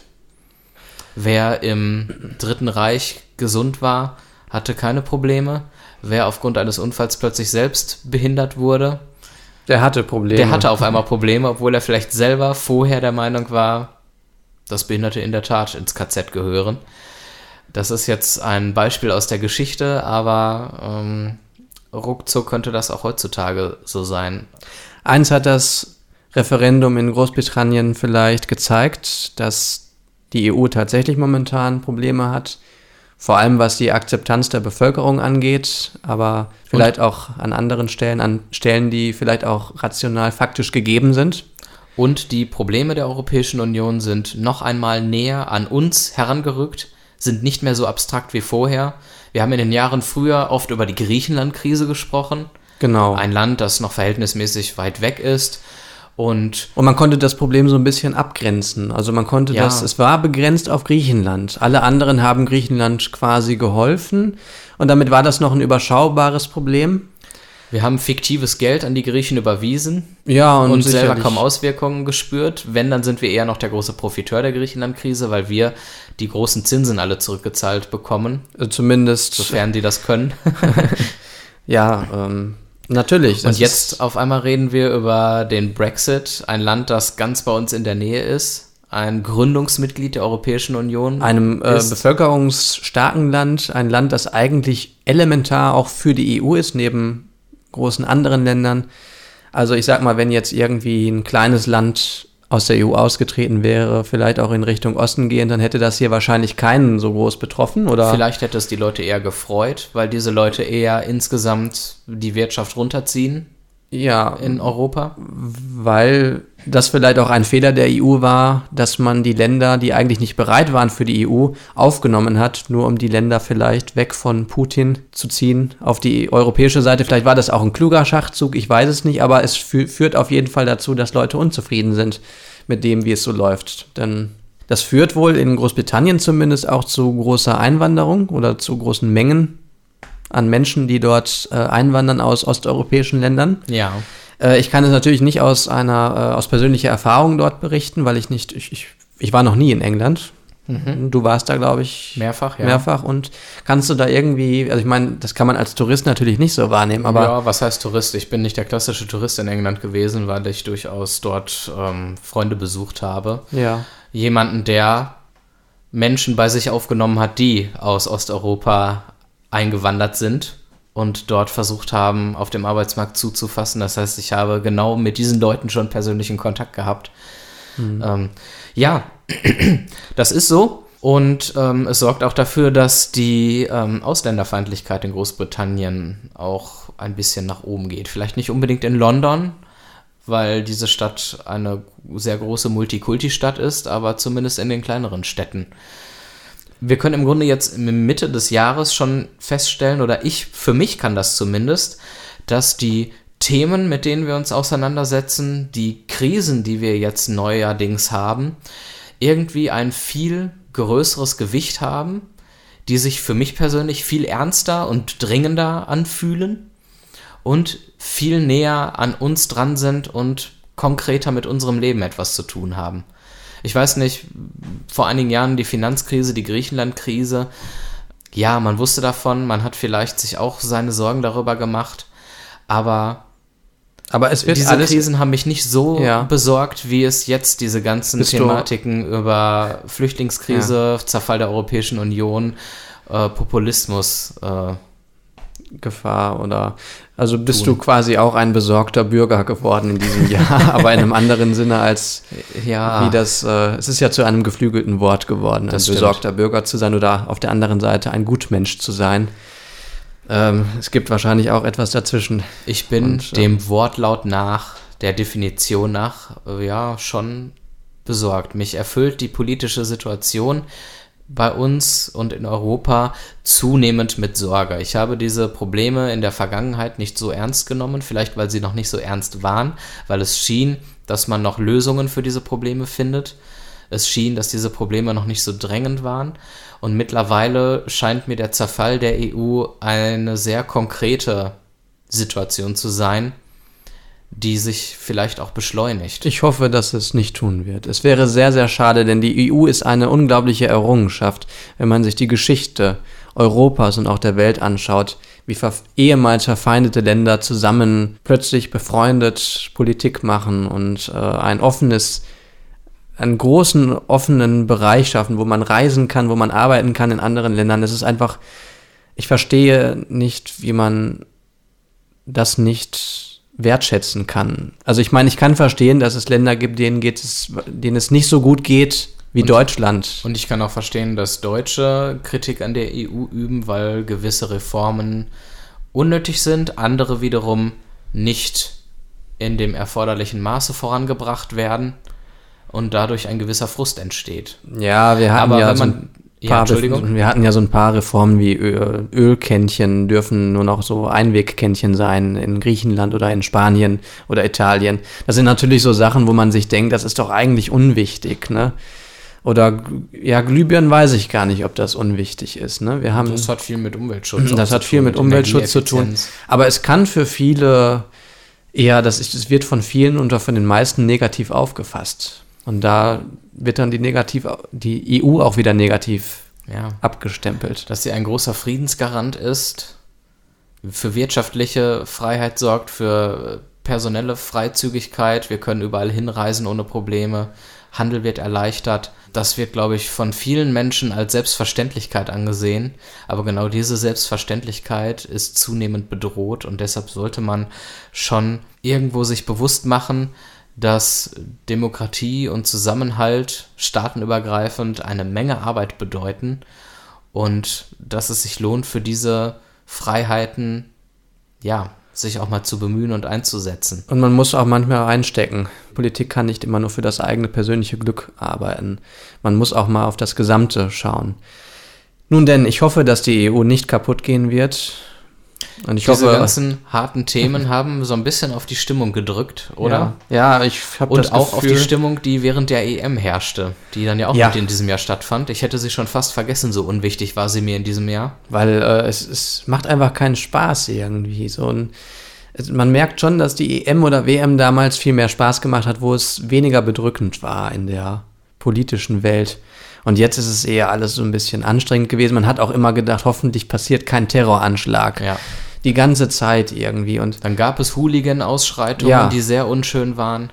[SPEAKER 2] Wer im Dritten Reich gesund war, hatte keine Probleme. Wer aufgrund eines Unfalls plötzlich selbst behindert wurde,
[SPEAKER 3] Der hatte Probleme.
[SPEAKER 2] der hatte auf einmal Probleme, obwohl er vielleicht selber vorher der Meinung war, dass Behinderte in der Tat ins K Z gehören. Das ist jetzt ein Beispiel aus der Geschichte, aber ähm, ruckzuck könnte das auch heutzutage so sein.
[SPEAKER 3] Eins hat das Referendum in Großbritannien vielleicht gezeigt, dass die E U tatsächlich momentan Probleme hat, vor allem was die Akzeptanz der Bevölkerung angeht, aber vielleicht auch an anderen Stellen, an Stellen, die vielleicht auch rational faktisch gegeben sind.
[SPEAKER 2] Und die Probleme der Europäischen Union sind noch einmal näher an uns herangerückt, sind nicht mehr so abstrakt wie vorher. Wir haben in den Jahren früher oft über die Griechenland-Krise gesprochen.
[SPEAKER 3] Genau.
[SPEAKER 2] Ein Land, das noch verhältnismäßig weit weg ist. Und,
[SPEAKER 3] und man konnte das Problem so ein bisschen abgrenzen. Also man konnte
[SPEAKER 2] ja.
[SPEAKER 3] das, es war begrenzt auf Griechenland. Alle anderen haben Griechenland quasi geholfen und damit war das noch ein überschaubares Problem.
[SPEAKER 2] Wir haben fiktives Geld an die Griechen überwiesen
[SPEAKER 3] ja, und,
[SPEAKER 2] und
[SPEAKER 3] sicherlich.
[SPEAKER 2] selber kaum Auswirkungen gespürt. Wenn, dann sind wir eher noch der große Profiteur der Griechenland-Krise, weil wir die großen Zinsen alle zurückgezahlt bekommen.
[SPEAKER 3] Zumindest.
[SPEAKER 2] Sofern die das können.
[SPEAKER 3] ja, ähm, natürlich.
[SPEAKER 2] Und jetzt auf einmal reden wir über den Brexit, ein Land, das ganz bei uns in der Nähe ist. Ein Gründungsmitglied der Europäischen Union.
[SPEAKER 3] Einem äh, bevölkerungsstarken Land, ein Land, das eigentlich elementar auch für die E U ist, neben großen anderen Ländern. Also ich sag mal, wenn jetzt irgendwie ein kleines Land aus der E U ausgetreten wäre, vielleicht auch in Richtung Osten gehend, dann hätte das hier wahrscheinlich keinen so groß betroffen, oder?
[SPEAKER 2] Vielleicht hätte es die Leute eher gefreut, weil diese Leute eher insgesamt die Wirtschaft runterziehen.
[SPEAKER 3] Ja,
[SPEAKER 2] in Europa?
[SPEAKER 3] Weil das vielleicht auch ein Fehler der E U war, dass man die Länder, die eigentlich nicht bereit waren für die E U, aufgenommen hat, nur um die Länder vielleicht weg von Putin zu ziehen auf die europäische Seite. Vielleicht war das auch ein kluger Schachzug, ich weiß es nicht, aber es fü- führt auf jeden Fall dazu, dass Leute unzufrieden sind mit dem, wie es so läuft. Denn das führt wohl in Großbritannien zumindest auch zu großer Einwanderung oder zu großen Mengen an Menschen, die dort äh, einwandern aus osteuropäischen Ländern.
[SPEAKER 2] Ja.
[SPEAKER 3] Äh, ich kann es natürlich nicht aus einer äh, aus persönlicher Erfahrung dort berichten, weil ich nicht, ich, ich, ich war noch nie in England. Mhm. Du warst da, glaube ich,
[SPEAKER 2] mehrfach, ja.
[SPEAKER 3] Mehrfach. Und kannst du da irgendwie, also ich meine, das kann man als Tourist natürlich nicht so wahrnehmen, aber...
[SPEAKER 2] Ja, was heißt Tourist? Ich bin nicht der klassische Tourist in England gewesen, weil ich durchaus dort ähm, Freunde besucht habe.
[SPEAKER 3] Ja.
[SPEAKER 2] Jemanden, der Menschen bei sich aufgenommen hat, die aus Osteuropa eingewandert sind und dort versucht haben, auf dem Arbeitsmarkt zuzufassen. Das heißt, ich habe genau mit diesen Leuten schon persönlichen Kontakt gehabt. Mhm. Ähm, ja, das ist so. Und ähm, es sorgt auch dafür, dass die ähm, Ausländerfeindlichkeit in Großbritannien auch ein bisschen nach oben geht. Vielleicht nicht unbedingt in London, weil diese Stadt eine sehr große Multikulti-Stadt ist, aber zumindest in den kleineren Städten. Wir können im Grunde jetzt in Mitte des Jahres schon feststellen, oder ich, für mich kann das zumindest, dass die Themen, mit denen wir uns auseinandersetzen, die Krisen, die wir jetzt neuerdings haben, irgendwie ein viel größeres Gewicht haben, die sich für mich persönlich viel ernster und dringender anfühlen und viel näher an uns dran sind und konkreter mit unserem Leben etwas zu tun haben. Ich weiß nicht, vor einigen Jahren die Finanzkrise, die Griechenland-Krise, ja, man wusste davon, man hat vielleicht sich auch seine Sorgen darüber gemacht, aber,
[SPEAKER 3] aber es wird
[SPEAKER 2] diese
[SPEAKER 3] alles,
[SPEAKER 2] Krisen haben mich nicht so
[SPEAKER 3] ja.
[SPEAKER 2] besorgt, wie es jetzt diese ganzen
[SPEAKER 3] Bist
[SPEAKER 2] Thematiken über Flüchtlingskrise, ja. Zerfall der Europäischen Union, äh, Populismus, äh,
[SPEAKER 3] Gefahr oder, also bist tun. Du quasi auch ein besorgter Bürger geworden in diesem Jahr, aber in einem anderen Sinne als,
[SPEAKER 2] ja.
[SPEAKER 3] wie das, äh, es ist ja zu einem geflügelten Wort geworden,
[SPEAKER 2] das
[SPEAKER 3] ein
[SPEAKER 2] stimmt.
[SPEAKER 3] besorgter Bürger zu sein oder auf der anderen Seite ein Gutmensch zu sein. Ähm, es gibt wahrscheinlich auch etwas dazwischen.
[SPEAKER 2] Ich bin
[SPEAKER 3] Und,
[SPEAKER 2] dem
[SPEAKER 3] ähm,
[SPEAKER 2] Wortlaut nach, der Definition nach, äh, ja, schon besorgt. Mich erfüllt die politische Situation bei uns und in Europa zunehmend mit Sorge. Ich habe diese Probleme in der Vergangenheit nicht so ernst genommen, vielleicht weil sie noch nicht so ernst waren, weil es schien, dass man noch Lösungen für diese Probleme findet. Es schien, dass diese Probleme noch nicht so drängend waren. Und mittlerweile scheint mir der Zerfall der E U eine sehr konkrete Situation zu sein, die sich vielleicht auch beschleunigt.
[SPEAKER 3] Ich hoffe, dass es nicht tun wird. Es wäre sehr, sehr schade, denn die E U ist eine unglaubliche Errungenschaft, wenn man sich die Geschichte Europas und auch der Welt anschaut, wie ver- ehemals verfeindete Länder zusammen plötzlich befreundet Politik machen und äh, ein offenes, einen großen offenen Bereich schaffen, wo man reisen kann, wo man arbeiten kann in anderen Ländern. Es ist einfach, ich verstehe nicht, wie man das nicht wertschätzen kann. Also ich meine, ich kann verstehen, dass es Länder gibt, denen geht es, denen es nicht so gut geht wie
[SPEAKER 2] und,
[SPEAKER 3] Deutschland.
[SPEAKER 2] Und ich kann auch verstehen, dass Deutsche Kritik an der E U üben, weil gewisse Reformen unnötig sind, andere wiederum nicht in dem erforderlichen Maße vorangebracht werden und dadurch ein gewisser Frust entsteht.
[SPEAKER 3] Ja, wir hatten
[SPEAKER 2] Aber
[SPEAKER 3] ja
[SPEAKER 2] wenn
[SPEAKER 3] so
[SPEAKER 2] man Ja, Entschuldigung.
[SPEAKER 3] Wir hatten ja so ein paar Reformen wie Öl, Ölkännchen dürfen nur noch so Einwegkännchen sein in Griechenland oder in Spanien oder Italien. Das sind natürlich so Sachen, wo man sich denkt, das ist doch eigentlich unwichtig, ne? Oder, ja, Glühbirnen weiß ich gar nicht, ob das unwichtig ist, ne? Wir haben,
[SPEAKER 2] das hat viel mit Umweltschutz
[SPEAKER 3] Das hat viel mit Umweltschutz zu tun. Aber es kann für viele eher, das, ist, das wird von vielen und von den meisten negativ aufgefasst. Und da wird dann die, negativ, die E U auch wieder negativ ja. abgestempelt.
[SPEAKER 2] Dass sie ein großer Friedensgarant ist, für wirtschaftliche Freiheit sorgt, für personelle Freizügigkeit. Wir können überall hinreisen ohne Probleme. Handel wird erleichtert. Das wird, glaube ich, von vielen Menschen als Selbstverständlichkeit angesehen. Aber genau diese Selbstverständlichkeit ist zunehmend bedroht. Und deshalb sollte man schon irgendwo sich bewusst machen, dass Demokratie und Zusammenhalt staatenübergreifend eine Menge Arbeit bedeuten und dass es sich lohnt, für diese Freiheiten, ja, sich auch mal zu bemühen und einzusetzen.
[SPEAKER 3] Und man muss auch manchmal reinstecken. Politik kann nicht immer nur für das eigene persönliche Glück arbeiten. Man muss auch mal auf das Gesamte schauen. Nun denn, ich hoffe, dass die E U nicht kaputt gehen wird. Und ich
[SPEAKER 2] Diese
[SPEAKER 3] hoffe,
[SPEAKER 2] ganzen harten Themen haben so ein bisschen auf die Stimmung gedrückt, oder?
[SPEAKER 3] Ja, ja ich habe das
[SPEAKER 2] Und auch
[SPEAKER 3] Gefühl,
[SPEAKER 2] auf die Stimmung, die während der E M herrschte, die dann ja auch
[SPEAKER 3] Ja.
[SPEAKER 2] mit in diesem Jahr stattfand. Ich hätte sie schon fast vergessen, so unwichtig war sie mir in diesem Jahr.
[SPEAKER 3] Weil äh, es, es macht einfach keinen Spaß irgendwie. So ein, es, man merkt schon, dass die E M oder W M damals viel mehr Spaß gemacht hat, wo es weniger bedrückend war in der politischen Welt. Und jetzt ist es eher alles so ein bisschen anstrengend gewesen. Man hat auch immer gedacht, hoffentlich passiert kein Terroranschlag.
[SPEAKER 2] Ja.
[SPEAKER 3] Die ganze Zeit irgendwie. Und
[SPEAKER 2] Dann gab es Hooligan-Ausschreitungen,
[SPEAKER 3] Ja.
[SPEAKER 2] die sehr unschön waren.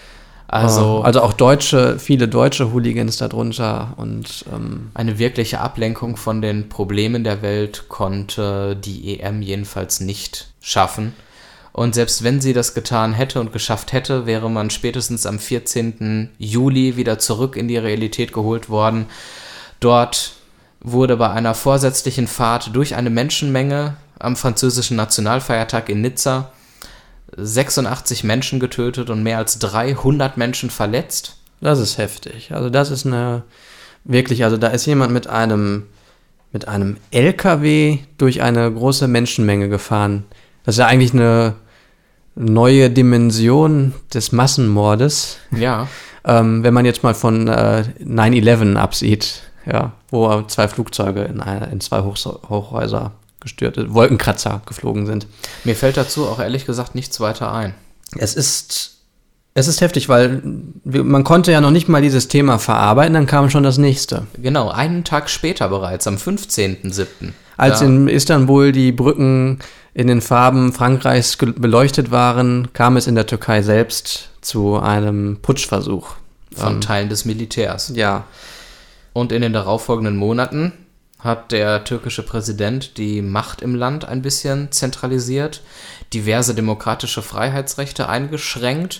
[SPEAKER 2] Also,
[SPEAKER 3] also auch deutsche, viele deutsche Hooligans darunter. Und ähm,
[SPEAKER 2] eine wirkliche Ablenkung von den Problemen der Welt konnte die E M jedenfalls nicht schaffen. Und selbst wenn sie das getan hätte und geschafft hätte, wäre man spätestens am vierzehnten Juli wieder zurück in die Realität geholt worden. Dort wurde bei einer vorsätzlichen Fahrt durch eine Menschenmenge am französischen Nationalfeiertag in Nizza sechsundachtzig Menschen getötet und mehr als dreihundert Menschen verletzt.
[SPEAKER 3] das ist heftig. Also das ist eine, wirklich, also da ist jemand mit einem, mit einem L K W durch eine große Menschenmenge gefahren. Das ist ja eigentlich eine neue Dimension des Massenmordes.
[SPEAKER 2] Ja.
[SPEAKER 3] Ähm, wenn man jetzt mal von äh, nine eleven absieht, ja, wo zwei Flugzeuge in, eine, in zwei Hochs- Hochhäuser gestürzt, Wolkenkratzer geflogen sind.
[SPEAKER 2] Mir fällt dazu auch ehrlich gesagt nichts weiter ein.
[SPEAKER 3] Es ist, es ist heftig, weil wir, man konnte ja noch nicht mal dieses Thema verarbeiten, dann kam schon das nächste.
[SPEAKER 2] Genau, einen Tag später bereits, am fünfzehnten siebten
[SPEAKER 3] Als
[SPEAKER 2] Da-
[SPEAKER 3] in Istanbul die Brücken in den Farben Frankreichs ge- beleuchtet waren, kam es in der Türkei selbst zu einem Putschversuch.
[SPEAKER 2] von
[SPEAKER 3] Ähm,
[SPEAKER 2] Teilen des Militärs.
[SPEAKER 3] Ja,
[SPEAKER 2] Und in den darauffolgenden Monaten hat der türkische Präsident die Macht im Land ein bisschen zentralisiert, diverse demokratische Freiheitsrechte eingeschränkt,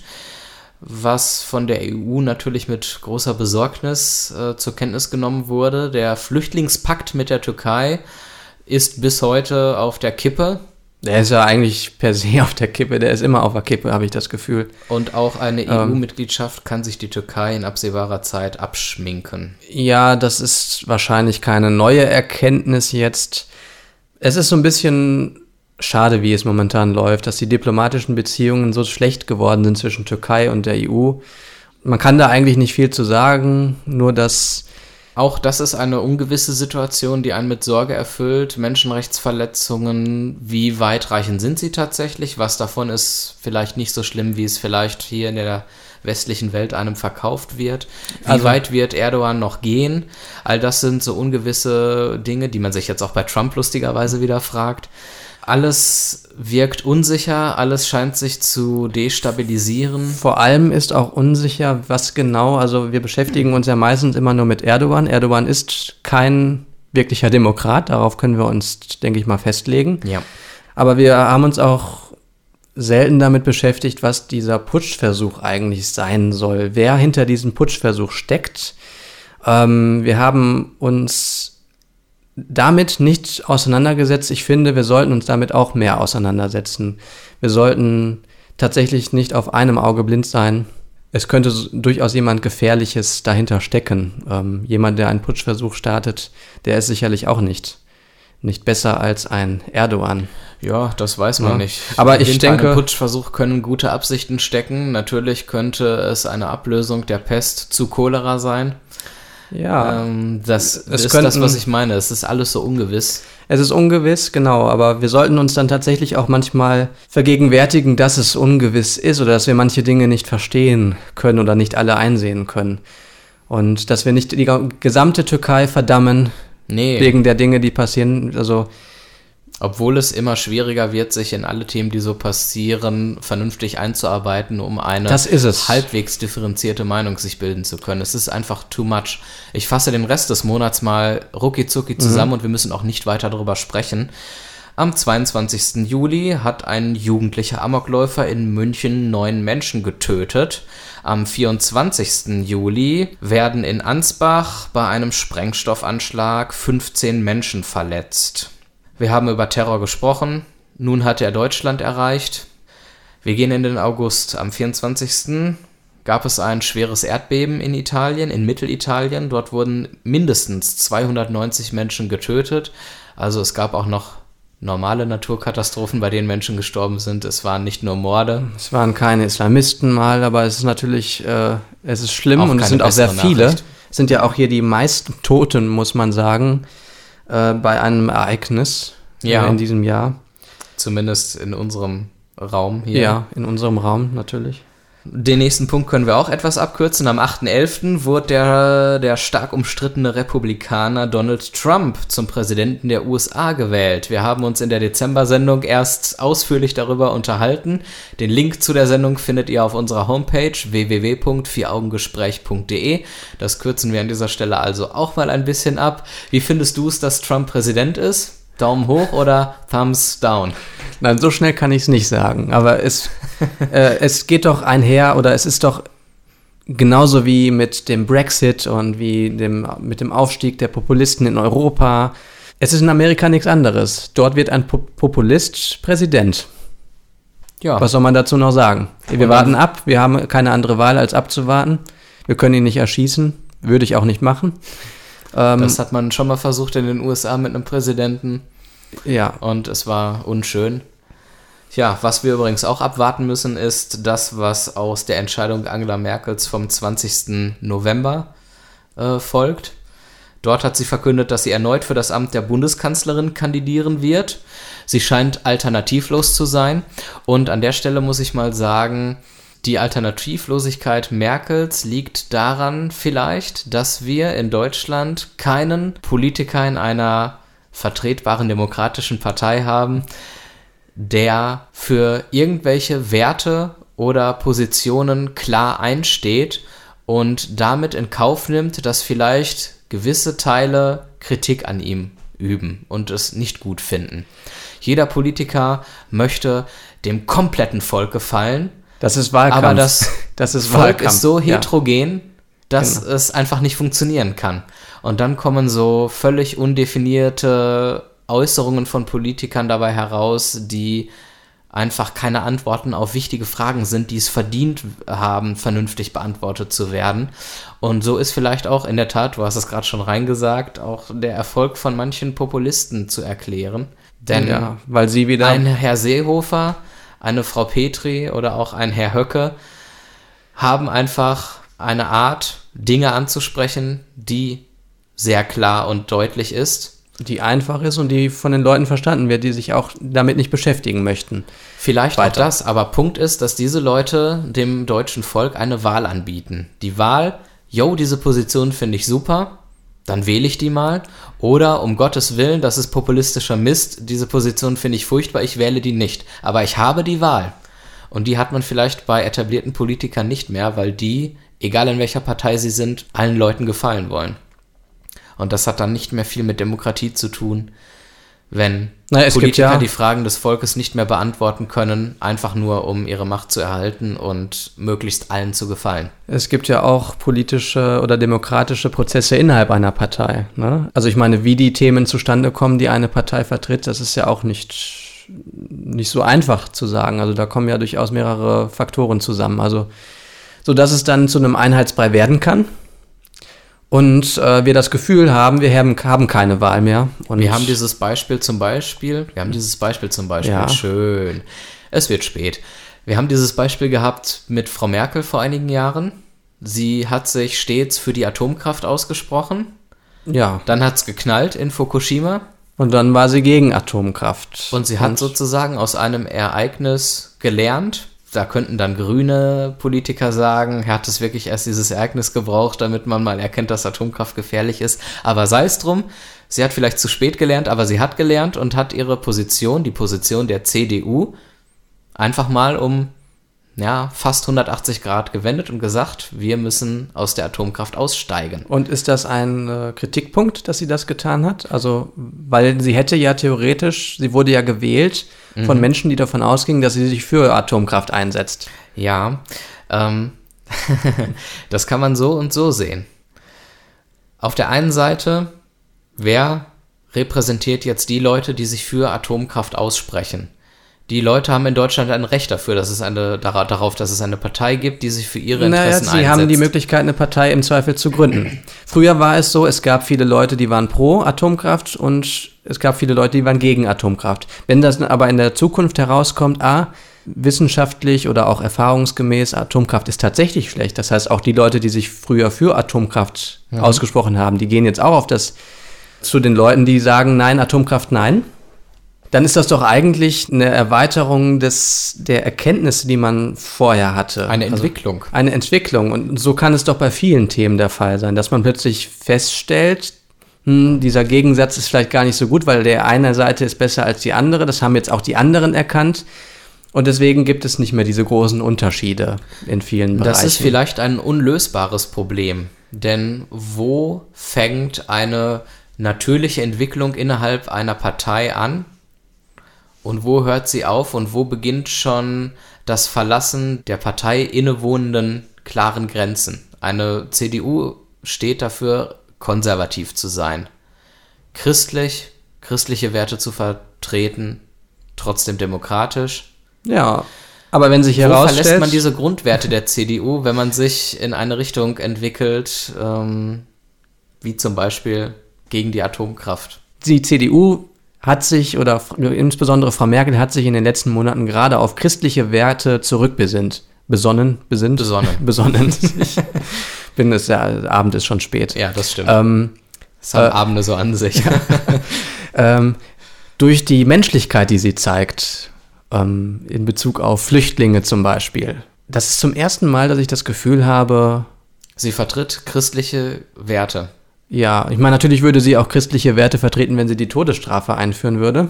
[SPEAKER 2] was von der E U natürlich mit großer Besorgnis äh, zur Kenntnis genommen wurde. Der Flüchtlingspakt mit der Türkei ist bis heute auf der Kippe.
[SPEAKER 3] der ist ja eigentlich per se auf der Kippe, der ist immer auf der Kippe, habe ich das Gefühl.
[SPEAKER 2] Und auch eine
[SPEAKER 3] Ähm.
[SPEAKER 2] E U-Mitgliedschaft kann sich die Türkei in absehbarer Zeit abschminken.
[SPEAKER 3] Ja, das ist wahrscheinlich keine neue Erkenntnis jetzt. Es ist so ein bisschen schade, wie es momentan läuft, dass die diplomatischen Beziehungen so schlecht geworden sind zwischen Türkei und der E U. Man kann da eigentlich nicht viel zu sagen, nur dass
[SPEAKER 2] Auch das ist eine ungewisse Situation, die einen mit Sorge erfüllt. Menschenrechtsverletzungen, wie weitreichend sind sie tatsächlich? Was davon ist vielleicht nicht so schlimm, wie es vielleicht hier in der westlichen Welt einem verkauft wird? Wie
[SPEAKER 3] Also-
[SPEAKER 2] weit wird Erdogan noch gehen? All das sind so ungewisse Dinge, die man sich jetzt auch bei Trump lustigerweise wieder fragt. Alles wirkt unsicher, alles scheint sich zu destabilisieren.
[SPEAKER 3] vor allem ist auch unsicher, was genau, also wir beschäftigen uns ja meistens immer nur mit Erdogan. Erdogan ist kein wirklicher Demokrat, darauf können wir uns, denke ich mal, festlegen.
[SPEAKER 2] Ja.
[SPEAKER 3] Aber wir haben uns auch selten damit beschäftigt, was dieser Putschversuch eigentlich sein soll. Wer hinter diesem Putschversuch steckt. Ähm, wir haben uns damit nicht auseinandergesetzt. Ich finde, wir sollten uns damit auch mehr auseinandersetzen. Wir sollten tatsächlich nicht auf einem Auge blind sein. es könnte so, durchaus jemand Gefährliches dahinter stecken. Ähm, jemand, der einen Putschversuch startet, der ist sicherlich auch nicht, nicht besser als ein Erdogan.
[SPEAKER 2] Ja, das weiß man ja nicht.
[SPEAKER 3] Aber ich
[SPEAKER 2] Hinter
[SPEAKER 3] denke,
[SPEAKER 2] einem Putschversuch können gute Absichten stecken. Natürlich könnte es eine Ablösung der Pest zu Cholera sein.
[SPEAKER 3] Ja,
[SPEAKER 2] ähm, das
[SPEAKER 3] es
[SPEAKER 2] ist
[SPEAKER 3] könnten,
[SPEAKER 2] das, was ich meine. Es ist alles so ungewiss.
[SPEAKER 3] Es ist ungewiss, genau, aber wir sollten uns dann tatsächlich auch manchmal vergegenwärtigen, dass es ungewiss ist oder dass wir manche Dinge nicht verstehen können oder nicht alle einsehen können. Und dass wir nicht die gesamte Türkei verdammen,
[SPEAKER 2] nee,
[SPEAKER 3] wegen der Dinge, die passieren. Also
[SPEAKER 2] obwohl es immer schwieriger wird, sich in alle Themen, die so passieren, vernünftig einzuarbeiten, um eine
[SPEAKER 3] das ist es.
[SPEAKER 2] halbwegs differenzierte Meinung sich bilden zu können. Es ist einfach too much. Ich fasse den Rest des Monats mal rucki zucki zusammen mhm. und wir müssen auch nicht weiter darüber sprechen. Am zweiundzwanzigsten Juli hat ein jugendlicher Amokläufer in München neun Menschen getötet. Am vierundzwanzigsten Juli werden in Ansbach bei einem Sprengstoffanschlag fünfzehn Menschen verletzt. Wir haben über Terror gesprochen, nun hat er Deutschland erreicht. Wir gehen in den August. Am vierundzwanzigsten gab es ein schweres Erdbeben in Italien, in Mittelitalien. Dort wurden mindestens zweihundertneunzig Menschen getötet. Also es gab auch noch normale Naturkatastrophen, bei denen Menschen gestorben sind. Es waren nicht nur Morde.
[SPEAKER 3] Es waren keine Islamisten mal, aber es ist natürlich, äh, es ist schlimm
[SPEAKER 2] auch
[SPEAKER 3] und es sind auch sehr viele.
[SPEAKER 2] Nachricht.
[SPEAKER 3] Es sind ja auch hier die meisten Toten, muss man sagen, äh, bei einem Ereignis
[SPEAKER 2] ja.
[SPEAKER 3] äh, in diesem Jahr.
[SPEAKER 2] Zumindest in unserem Raum hier.
[SPEAKER 3] Ja, in unserem Raum natürlich.
[SPEAKER 2] Den nächsten Punkt können wir auch etwas abkürzen. Am achten elften wurde der, der stark umstrittene Republikaner Donald Trump zum Präsidenten der U S A gewählt. Wir haben uns in der Dezember-Sendung erst ausführlich darüber unterhalten. Den Link zu der Sendung findet ihr auf unserer Homepage w w w punkt vieraugengespräch punkt d e. Das kürzen wir an dieser Stelle also auch mal ein bisschen ab. Wie findest du es, dass Trump Präsident ist? Daumen hoch oder Thumbs down?
[SPEAKER 3] Nein, so schnell kann ich es nicht sagen, aber es, äh, es geht doch einher oder es ist doch genauso wie mit dem Brexit und wie dem, mit dem Aufstieg der Populisten in Europa. Es ist in Amerika nichts anderes. Dort wird ein Pop- Populist Präsident. Ja. Was soll man dazu noch sagen? Wir warten ab, wir haben keine andere Wahl als abzuwarten. Wir können ihn nicht erschießen, würde ich auch nicht machen.
[SPEAKER 2] Das hat man schon mal versucht in den U S A mit einem Präsidenten.
[SPEAKER 3] Ja.
[SPEAKER 2] Und es war unschön. Ja, was wir übrigens auch abwarten müssen, ist das, was aus der Entscheidung Angela Merkels vom zwanzigsten November äh, folgt. Dort hat sie verkündet, dass sie erneut für das Amt der Bundeskanzlerin kandidieren wird. Sie scheint alternativlos zu sein. Und an der Stelle muss ich mal sagen, die Alternativlosigkeit Merkels liegt daran vielleicht, dass wir in Deutschland keinen Politiker in einer vertretbaren demokratischen Partei haben, der für irgendwelche Werte oder Positionen klar einsteht und damit in Kauf nimmt, dass vielleicht gewisse Teile Kritik an ihm üben und es nicht gut finden. Jeder Politiker möchte dem kompletten Volk gefallen.
[SPEAKER 3] Das ist Wahlkampf.
[SPEAKER 2] Aber das,
[SPEAKER 3] das ist
[SPEAKER 2] Volk
[SPEAKER 3] Wahlkampf.
[SPEAKER 2] ist so heterogen, ja. dass
[SPEAKER 3] genau.
[SPEAKER 2] es einfach nicht funktionieren kann. Und dann kommen so völlig undefinierte Äußerungen von Politikern dabei heraus, die einfach keine Antworten auf wichtige Fragen sind, die es verdient haben, vernünftig beantwortet zu werden. Und so ist vielleicht auch in der Tat, du hast es gerade schon reingesagt, auch der Erfolg von manchen Populisten zu erklären. Denn
[SPEAKER 3] ja, weil sie wieder
[SPEAKER 2] ein Herr Seehofer, eine Frau Petri oder auch ein Herr Höcke haben einfach eine Art, Dinge anzusprechen, die sehr klar und deutlich ist.
[SPEAKER 3] Die einfach ist und die von den Leuten verstanden wird, die sich auch damit nicht beschäftigen möchten.
[SPEAKER 2] Vielleicht Weiter. Auch das, aber Punkt ist, dass diese Leute dem deutschen Volk eine Wahl anbieten. Die Wahl, yo, diese Position finde ich super, dann wähle ich die mal. Oder um Gottes Willen, das ist populistischer Mist, diese Position finde ich furchtbar, ich wähle die nicht. Aber ich habe die Wahl. Und die hat man vielleicht bei etablierten Politikern nicht mehr, weil die, egal in welcher Partei sie sind, allen Leuten gefallen wollen. Und das hat dann nicht mehr viel mit Demokratie zu tun, wenn
[SPEAKER 3] Na, es
[SPEAKER 2] Politiker
[SPEAKER 3] gibt ja
[SPEAKER 2] die Fragen des Volkes nicht mehr beantworten können, einfach nur um ihre Macht zu erhalten und möglichst allen zu gefallen.
[SPEAKER 3] Es gibt ja auch politische oder demokratische Prozesse innerhalb einer Partei. Ne? Also ich meine, wie die Themen zustande kommen, die eine Partei vertritt, das ist ja auch nicht, nicht so einfach zu sagen. Also da kommen ja durchaus mehrere Faktoren zusammen. Also sodass es dann zu einem Einheitsbrei werden kann. Und äh, wir das Gefühl haben, wir haben, haben keine Wahl mehr. Und
[SPEAKER 2] wir haben dieses Beispiel zum Beispiel, wir haben dieses Beispiel zum Beispiel,
[SPEAKER 3] ja.
[SPEAKER 2] schön, es wird spät. Wir haben dieses Beispiel gehabt mit Frau Merkel vor einigen Jahren. Sie hat sich stets für die Atomkraft ausgesprochen.
[SPEAKER 3] Ja.
[SPEAKER 2] Dann hat es geknallt in Fukushima.
[SPEAKER 3] Und dann war sie gegen Atomkraft.
[SPEAKER 2] Und sie hat und sozusagen aus einem Ereignis gelernt. Da könnten dann grüne Politiker sagen, er hat es wirklich erst dieses Ereignis gebraucht, damit man mal erkennt, dass Atomkraft gefährlich ist. Aber sei es drum, sie hat vielleicht zu spät gelernt, aber sie hat gelernt und hat ihre Position, die Position der C D U, einfach mal um ja, fast hundertachtzig Grad gewendet und gesagt, wir müssen aus der Atomkraft aussteigen.
[SPEAKER 3] Und ist das ein äh, Kritikpunkt, dass sie das getan hat? Also, weil sie hätte ja theoretisch, sie wurde ja gewählt mhm. von Menschen, die davon ausgingen, dass sie sich für Atomkraft einsetzt.
[SPEAKER 2] Ja, ähm, das kann man so und so sehen. Auf der einen Seite, wer repräsentiert jetzt die Leute, die sich für Atomkraft aussprechen? Die Leute haben in Deutschland ein Recht dafür, dass es eine, darauf, dass es eine Partei gibt, die sich für ihre Interessen
[SPEAKER 3] naja,
[SPEAKER 2] einsetzt.
[SPEAKER 3] Sie haben die Möglichkeit, eine Partei im Zweifel zu gründen. Früher war es so, es gab viele Leute, die waren pro Atomkraft und es gab viele Leute, die waren gegen Atomkraft. Wenn das aber in der Zukunft herauskommt, ah, wissenschaftlich oder auch erfahrungsgemäß, Atomkraft ist tatsächlich schlecht. Das heißt, auch die Leute, die sich früher für Atomkraft mhm. ausgesprochen haben, die gehen jetzt auch auf das zu den Leuten, die sagen, nein, Atomkraft, nein. Dann ist das doch eigentlich eine Erweiterung des, der Erkenntnisse, die man vorher hatte.
[SPEAKER 2] Eine Entwicklung.
[SPEAKER 3] Also eine Entwicklung. Und so kann es doch bei vielen Themen der Fall sein, dass man plötzlich feststellt, hm, dieser Gegensatz ist vielleicht gar nicht so gut, weil der eine Seite ist besser als die andere. Das haben jetzt auch die anderen erkannt. Und deswegen gibt es nicht mehr diese großen Unterschiede in vielen Bereichen.
[SPEAKER 2] Das ist vielleicht ein unlösbares Problem. Denn wo fängt eine natürliche Entwicklung innerhalb einer Partei an? Und wo hört sie auf und wo beginnt schon das Verlassen der Partei innewohnenden klaren Grenzen? Eine C D U steht dafür, konservativ zu sein. Christlich, christliche Werte zu vertreten, trotzdem demokratisch.
[SPEAKER 3] Ja, aber wenn sich
[SPEAKER 2] wo
[SPEAKER 3] herausstellt...
[SPEAKER 2] Wo verlässt man diese Grundwerte der C D U, wenn man sich in eine Richtung entwickelt, ähm, wie zum Beispiel gegen die Atomkraft?
[SPEAKER 3] Die C D U... hat sich, oder insbesondere Frau Merkel hat sich in den letzten Monaten gerade auf christliche Werte zurückbesinnt. Besonnen, besinnt?
[SPEAKER 2] Besonnen.
[SPEAKER 3] Besonnen. Ich bin es, ja, der Abend ist schon spät.
[SPEAKER 2] Ja, das stimmt.
[SPEAKER 3] Ähm,
[SPEAKER 2] das haben
[SPEAKER 3] äh,
[SPEAKER 2] Abende so an sich.
[SPEAKER 3] ähm, durch die Menschlichkeit, die sie zeigt, ähm, in Bezug auf Flüchtlinge zum Beispiel. Das ist zum ersten Mal, dass ich das Gefühl habe...
[SPEAKER 2] Sie vertritt christliche Werte.
[SPEAKER 3] Ja, ich meine, natürlich würde sie auch christliche Werte vertreten, wenn sie die Todesstrafe einführen würde,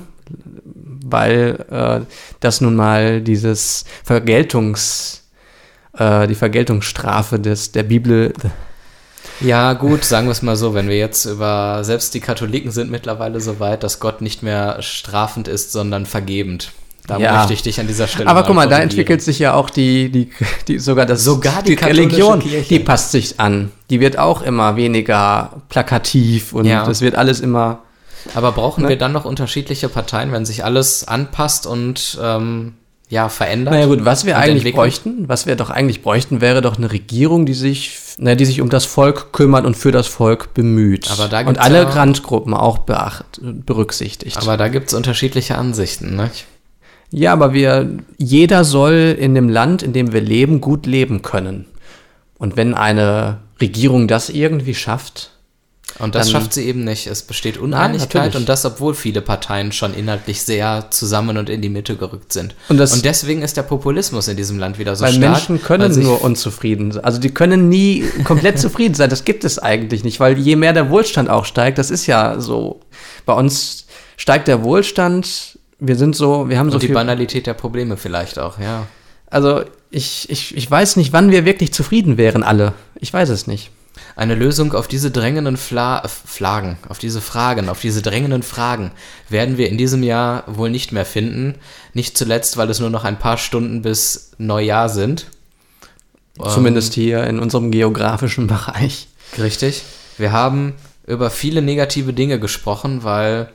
[SPEAKER 3] weil äh, das nun mal dieses Vergeltungs, äh, die Vergeltungsstrafe des, der Bibel...
[SPEAKER 2] Ja gut, sagen wir es mal so, wenn wir jetzt über, selbst die Katholiken sind mittlerweile so weit, dass Gott nicht mehr strafend ist, sondern vergebend. Da
[SPEAKER 3] ja.
[SPEAKER 2] möchte ich dich an dieser Stelle
[SPEAKER 3] Aber
[SPEAKER 2] mal
[SPEAKER 3] guck mal, da entwickelt sich ja auch die, die, die sogar das,
[SPEAKER 2] sogar die,
[SPEAKER 3] die Religion,
[SPEAKER 2] Kirche.
[SPEAKER 3] Die passt sich an. Die wird auch immer weniger plakativ und
[SPEAKER 2] ja.
[SPEAKER 3] das wird alles immer...
[SPEAKER 2] Aber brauchen
[SPEAKER 3] ne?
[SPEAKER 2] wir dann noch unterschiedliche Parteien, wenn sich alles anpasst und ähm, ja, verändert?
[SPEAKER 3] Naja gut, was wir eigentlich
[SPEAKER 2] entwickelt?
[SPEAKER 3] bräuchten, was wir doch eigentlich bräuchten, wäre doch eine Regierung, die sich, na, die sich um das Volk kümmert und für das Volk bemüht.
[SPEAKER 2] Aber da
[SPEAKER 3] und
[SPEAKER 2] gibt's
[SPEAKER 3] alle
[SPEAKER 2] ja,
[SPEAKER 3] Randgruppen auch beacht, berücksichtigt.
[SPEAKER 2] Aber da gibt es unterschiedliche Ansichten, ne?
[SPEAKER 3] Ja, aber wir, jeder soll in dem Land, in dem wir leben, gut leben können. Und wenn eine Regierung das irgendwie schafft...
[SPEAKER 2] Und das
[SPEAKER 3] dann,
[SPEAKER 2] schafft sie eben nicht. Es besteht Uneinigkeit, und das, obwohl viele Parteien schon inhaltlich sehr zusammen und in die Mitte gerückt sind.
[SPEAKER 3] Und, das,
[SPEAKER 2] und deswegen ist der Populismus in diesem Land wieder so
[SPEAKER 3] weil
[SPEAKER 2] stark.
[SPEAKER 3] Menschen können nur unzufrieden sein. Also die können nie komplett zufrieden sein. Das gibt es eigentlich nicht, weil je mehr der Wohlstand auch steigt, das ist ja so. Bei uns steigt der Wohlstand... Wir sind so, wir haben so
[SPEAKER 2] und die
[SPEAKER 3] viel...
[SPEAKER 2] Banalität der Probleme vielleicht auch, ja.
[SPEAKER 3] Also ich, ich, ich weiß nicht, wann wir wirklich zufrieden wären alle. Ich weiß es nicht.
[SPEAKER 2] Eine Lösung auf diese drängenden Fla- Flagen, auf diese Fragen, auf diese drängenden Fragen werden wir in diesem Jahr wohl nicht mehr finden. Nicht zuletzt, weil es nur noch ein paar Stunden bis Neujahr sind.
[SPEAKER 3] Zumindest ähm, hier in unserem geografischen Bereich.
[SPEAKER 2] Richtig. Wir haben über viele negative Dinge gesprochen, weil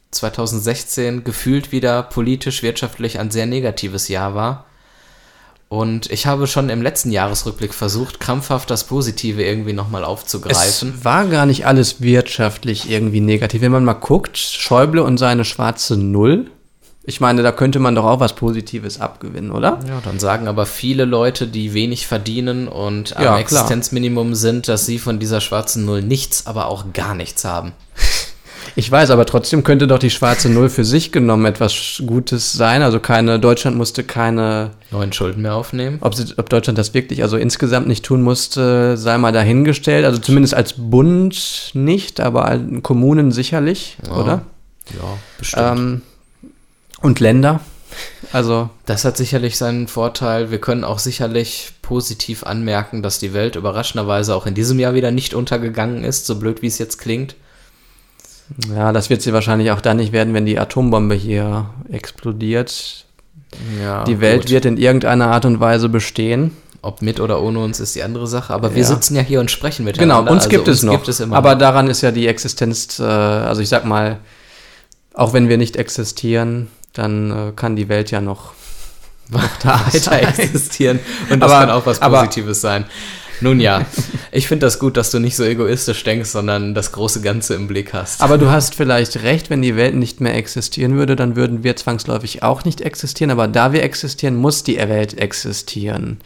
[SPEAKER 2] zwanzig sechzehn gefühlt wieder politisch, wirtschaftlich ein sehr negatives Jahr war. Und ich habe schon im letzten Jahresrückblick versucht, krampfhaft das Positive irgendwie nochmal aufzugreifen.
[SPEAKER 3] Es war gar nicht alles wirtschaftlich irgendwie negativ. Wenn man mal guckt, Schäuble und seine schwarze Null, ich meine, da könnte man doch auch was Positives abgewinnen, oder?
[SPEAKER 2] Ja, dann sagen aber viele Leute, die wenig verdienen und am
[SPEAKER 3] Ja,
[SPEAKER 2] Existenzminimum sind, dass sie von dieser schwarzen Null nichts, aber auch gar nichts haben.
[SPEAKER 3] Ich weiß, aber trotzdem könnte doch die schwarze Null für sich genommen etwas Gutes sein. Also keine, Deutschland musste keine
[SPEAKER 2] neuen Schulden mehr aufnehmen.
[SPEAKER 3] Ob, sie, ob Deutschland das wirklich, also insgesamt nicht tun musste, sei mal dahingestellt. Also zumindest als Bund nicht, aber als Kommunen sicherlich,
[SPEAKER 2] ja.
[SPEAKER 3] oder?
[SPEAKER 2] Ja, bestimmt.
[SPEAKER 3] Ähm, und Länder. Also
[SPEAKER 2] das hat sicherlich seinen Vorteil. Wir können auch sicherlich positiv anmerken, dass die Welt überraschenderweise auch in diesem Jahr wieder nicht untergegangen ist, so blöd wie es jetzt klingt.
[SPEAKER 3] Ja, das wird sie wahrscheinlich auch dann nicht werden, wenn die Atombombe hier explodiert.
[SPEAKER 2] Ja,
[SPEAKER 3] die Welt
[SPEAKER 2] gut.
[SPEAKER 3] wird in irgendeiner Art und Weise bestehen.
[SPEAKER 2] Ob mit oder ohne uns ist die andere Sache, aber wir
[SPEAKER 3] Ja.
[SPEAKER 2] sitzen ja hier und sprechen miteinander.
[SPEAKER 3] Genau, uns
[SPEAKER 2] also
[SPEAKER 3] gibt
[SPEAKER 2] uns
[SPEAKER 3] es noch.
[SPEAKER 2] Gibt es immer
[SPEAKER 3] aber
[SPEAKER 2] noch.
[SPEAKER 3] daran ist ja die Existenz, äh, also ich sag mal, auch wenn wir nicht existieren, dann äh, kann die Welt ja noch, noch da
[SPEAKER 2] weiter
[SPEAKER 3] sein.
[SPEAKER 2] existieren und das
[SPEAKER 3] Aber-
[SPEAKER 2] kann auch was
[SPEAKER 3] aber-
[SPEAKER 2] Positives sein. Nun ja, ich finde das gut, dass du nicht so egoistisch denkst, sondern das große Ganze im Blick hast.
[SPEAKER 3] Aber du hast vielleicht recht, wenn die Welt nicht mehr existieren würde, dann würden wir zwangsläufig auch nicht existieren. Aber da wir existieren, muss die Welt existieren.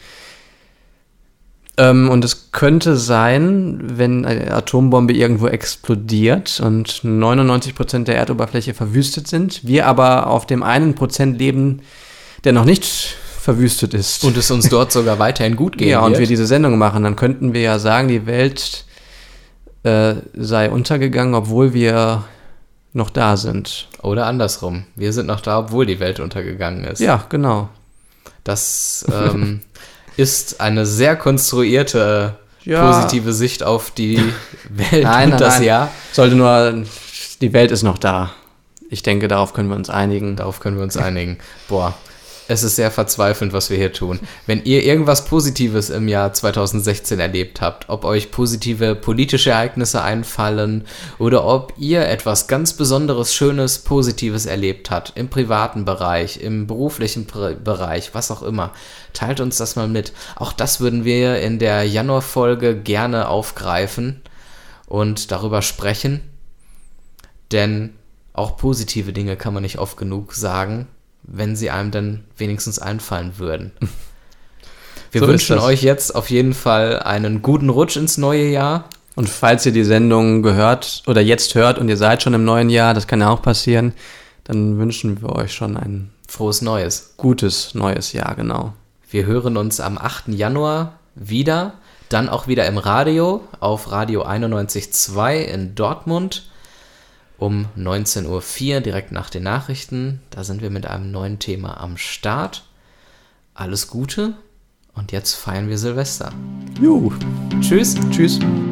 [SPEAKER 3] Ähm, und es könnte sein, wenn eine Atombombe irgendwo explodiert und neunundneunzig Prozent der Erdoberfläche verwüstet sind, wir aber auf dem einen Prozent leben, der noch nicht verwüstet ist.
[SPEAKER 2] Und es uns dort sogar weiterhin gut gehen
[SPEAKER 3] ja,
[SPEAKER 2] wird.
[SPEAKER 3] und wir diese Sendung machen, dann könnten wir ja sagen, die Welt äh, sei untergegangen, obwohl wir noch da sind.
[SPEAKER 2] Oder andersrum. Wir sind noch da, obwohl die Welt untergegangen ist.
[SPEAKER 3] Ja, genau.
[SPEAKER 2] Das ähm, ist eine sehr konstruierte,
[SPEAKER 3] Ja.
[SPEAKER 2] positive Sicht auf die Welt
[SPEAKER 3] Nein,
[SPEAKER 2] und
[SPEAKER 3] nein,
[SPEAKER 2] das
[SPEAKER 3] nein.
[SPEAKER 2] Jahr.
[SPEAKER 3] Sollte nur, die Welt ist noch da. Ich denke, darauf können wir uns einigen.
[SPEAKER 2] Darauf können wir uns einigen. Boah, es ist sehr verzweifelnd, was wir hier tun. Wenn ihr irgendwas Positives im Jahr zweitausendsechzehn erlebt habt, ob euch positive politische Ereignisse einfallen oder ob ihr etwas ganz Besonderes, Schönes, Positives erlebt habt, im privaten Bereich, im beruflichen Pre- Bereich, was auch immer, teilt uns das mal mit. Auch das würden wir in der Januarfolge gerne aufgreifen und darüber sprechen, denn auch positive Dinge kann man nicht oft genug sagen, wenn sie einem dann wenigstens einfallen würden. Wir
[SPEAKER 3] So ist
[SPEAKER 2] wünschen
[SPEAKER 3] das.
[SPEAKER 2] euch jetzt auf jeden Fall einen guten Rutsch ins neue Jahr.
[SPEAKER 3] Und falls ihr die Sendung gehört oder jetzt hört und ihr seid schon im neuen Jahr, das kann ja auch passieren, dann wünschen wir euch schon ein
[SPEAKER 2] Frohes Neues.
[SPEAKER 3] gutes neues Jahr, genau.
[SPEAKER 2] Wir hören uns am achten Januar wieder, dann auch wieder im Radio auf Radio einundneunzig Komma zwei in Dortmund um neunzehn Uhr vier, direkt nach den Nachrichten. Da sind wir mit einem neuen Thema am Start. Alles Gute und jetzt feiern wir Silvester.
[SPEAKER 3] Juhu.
[SPEAKER 2] Tschüss.
[SPEAKER 3] Tschüss.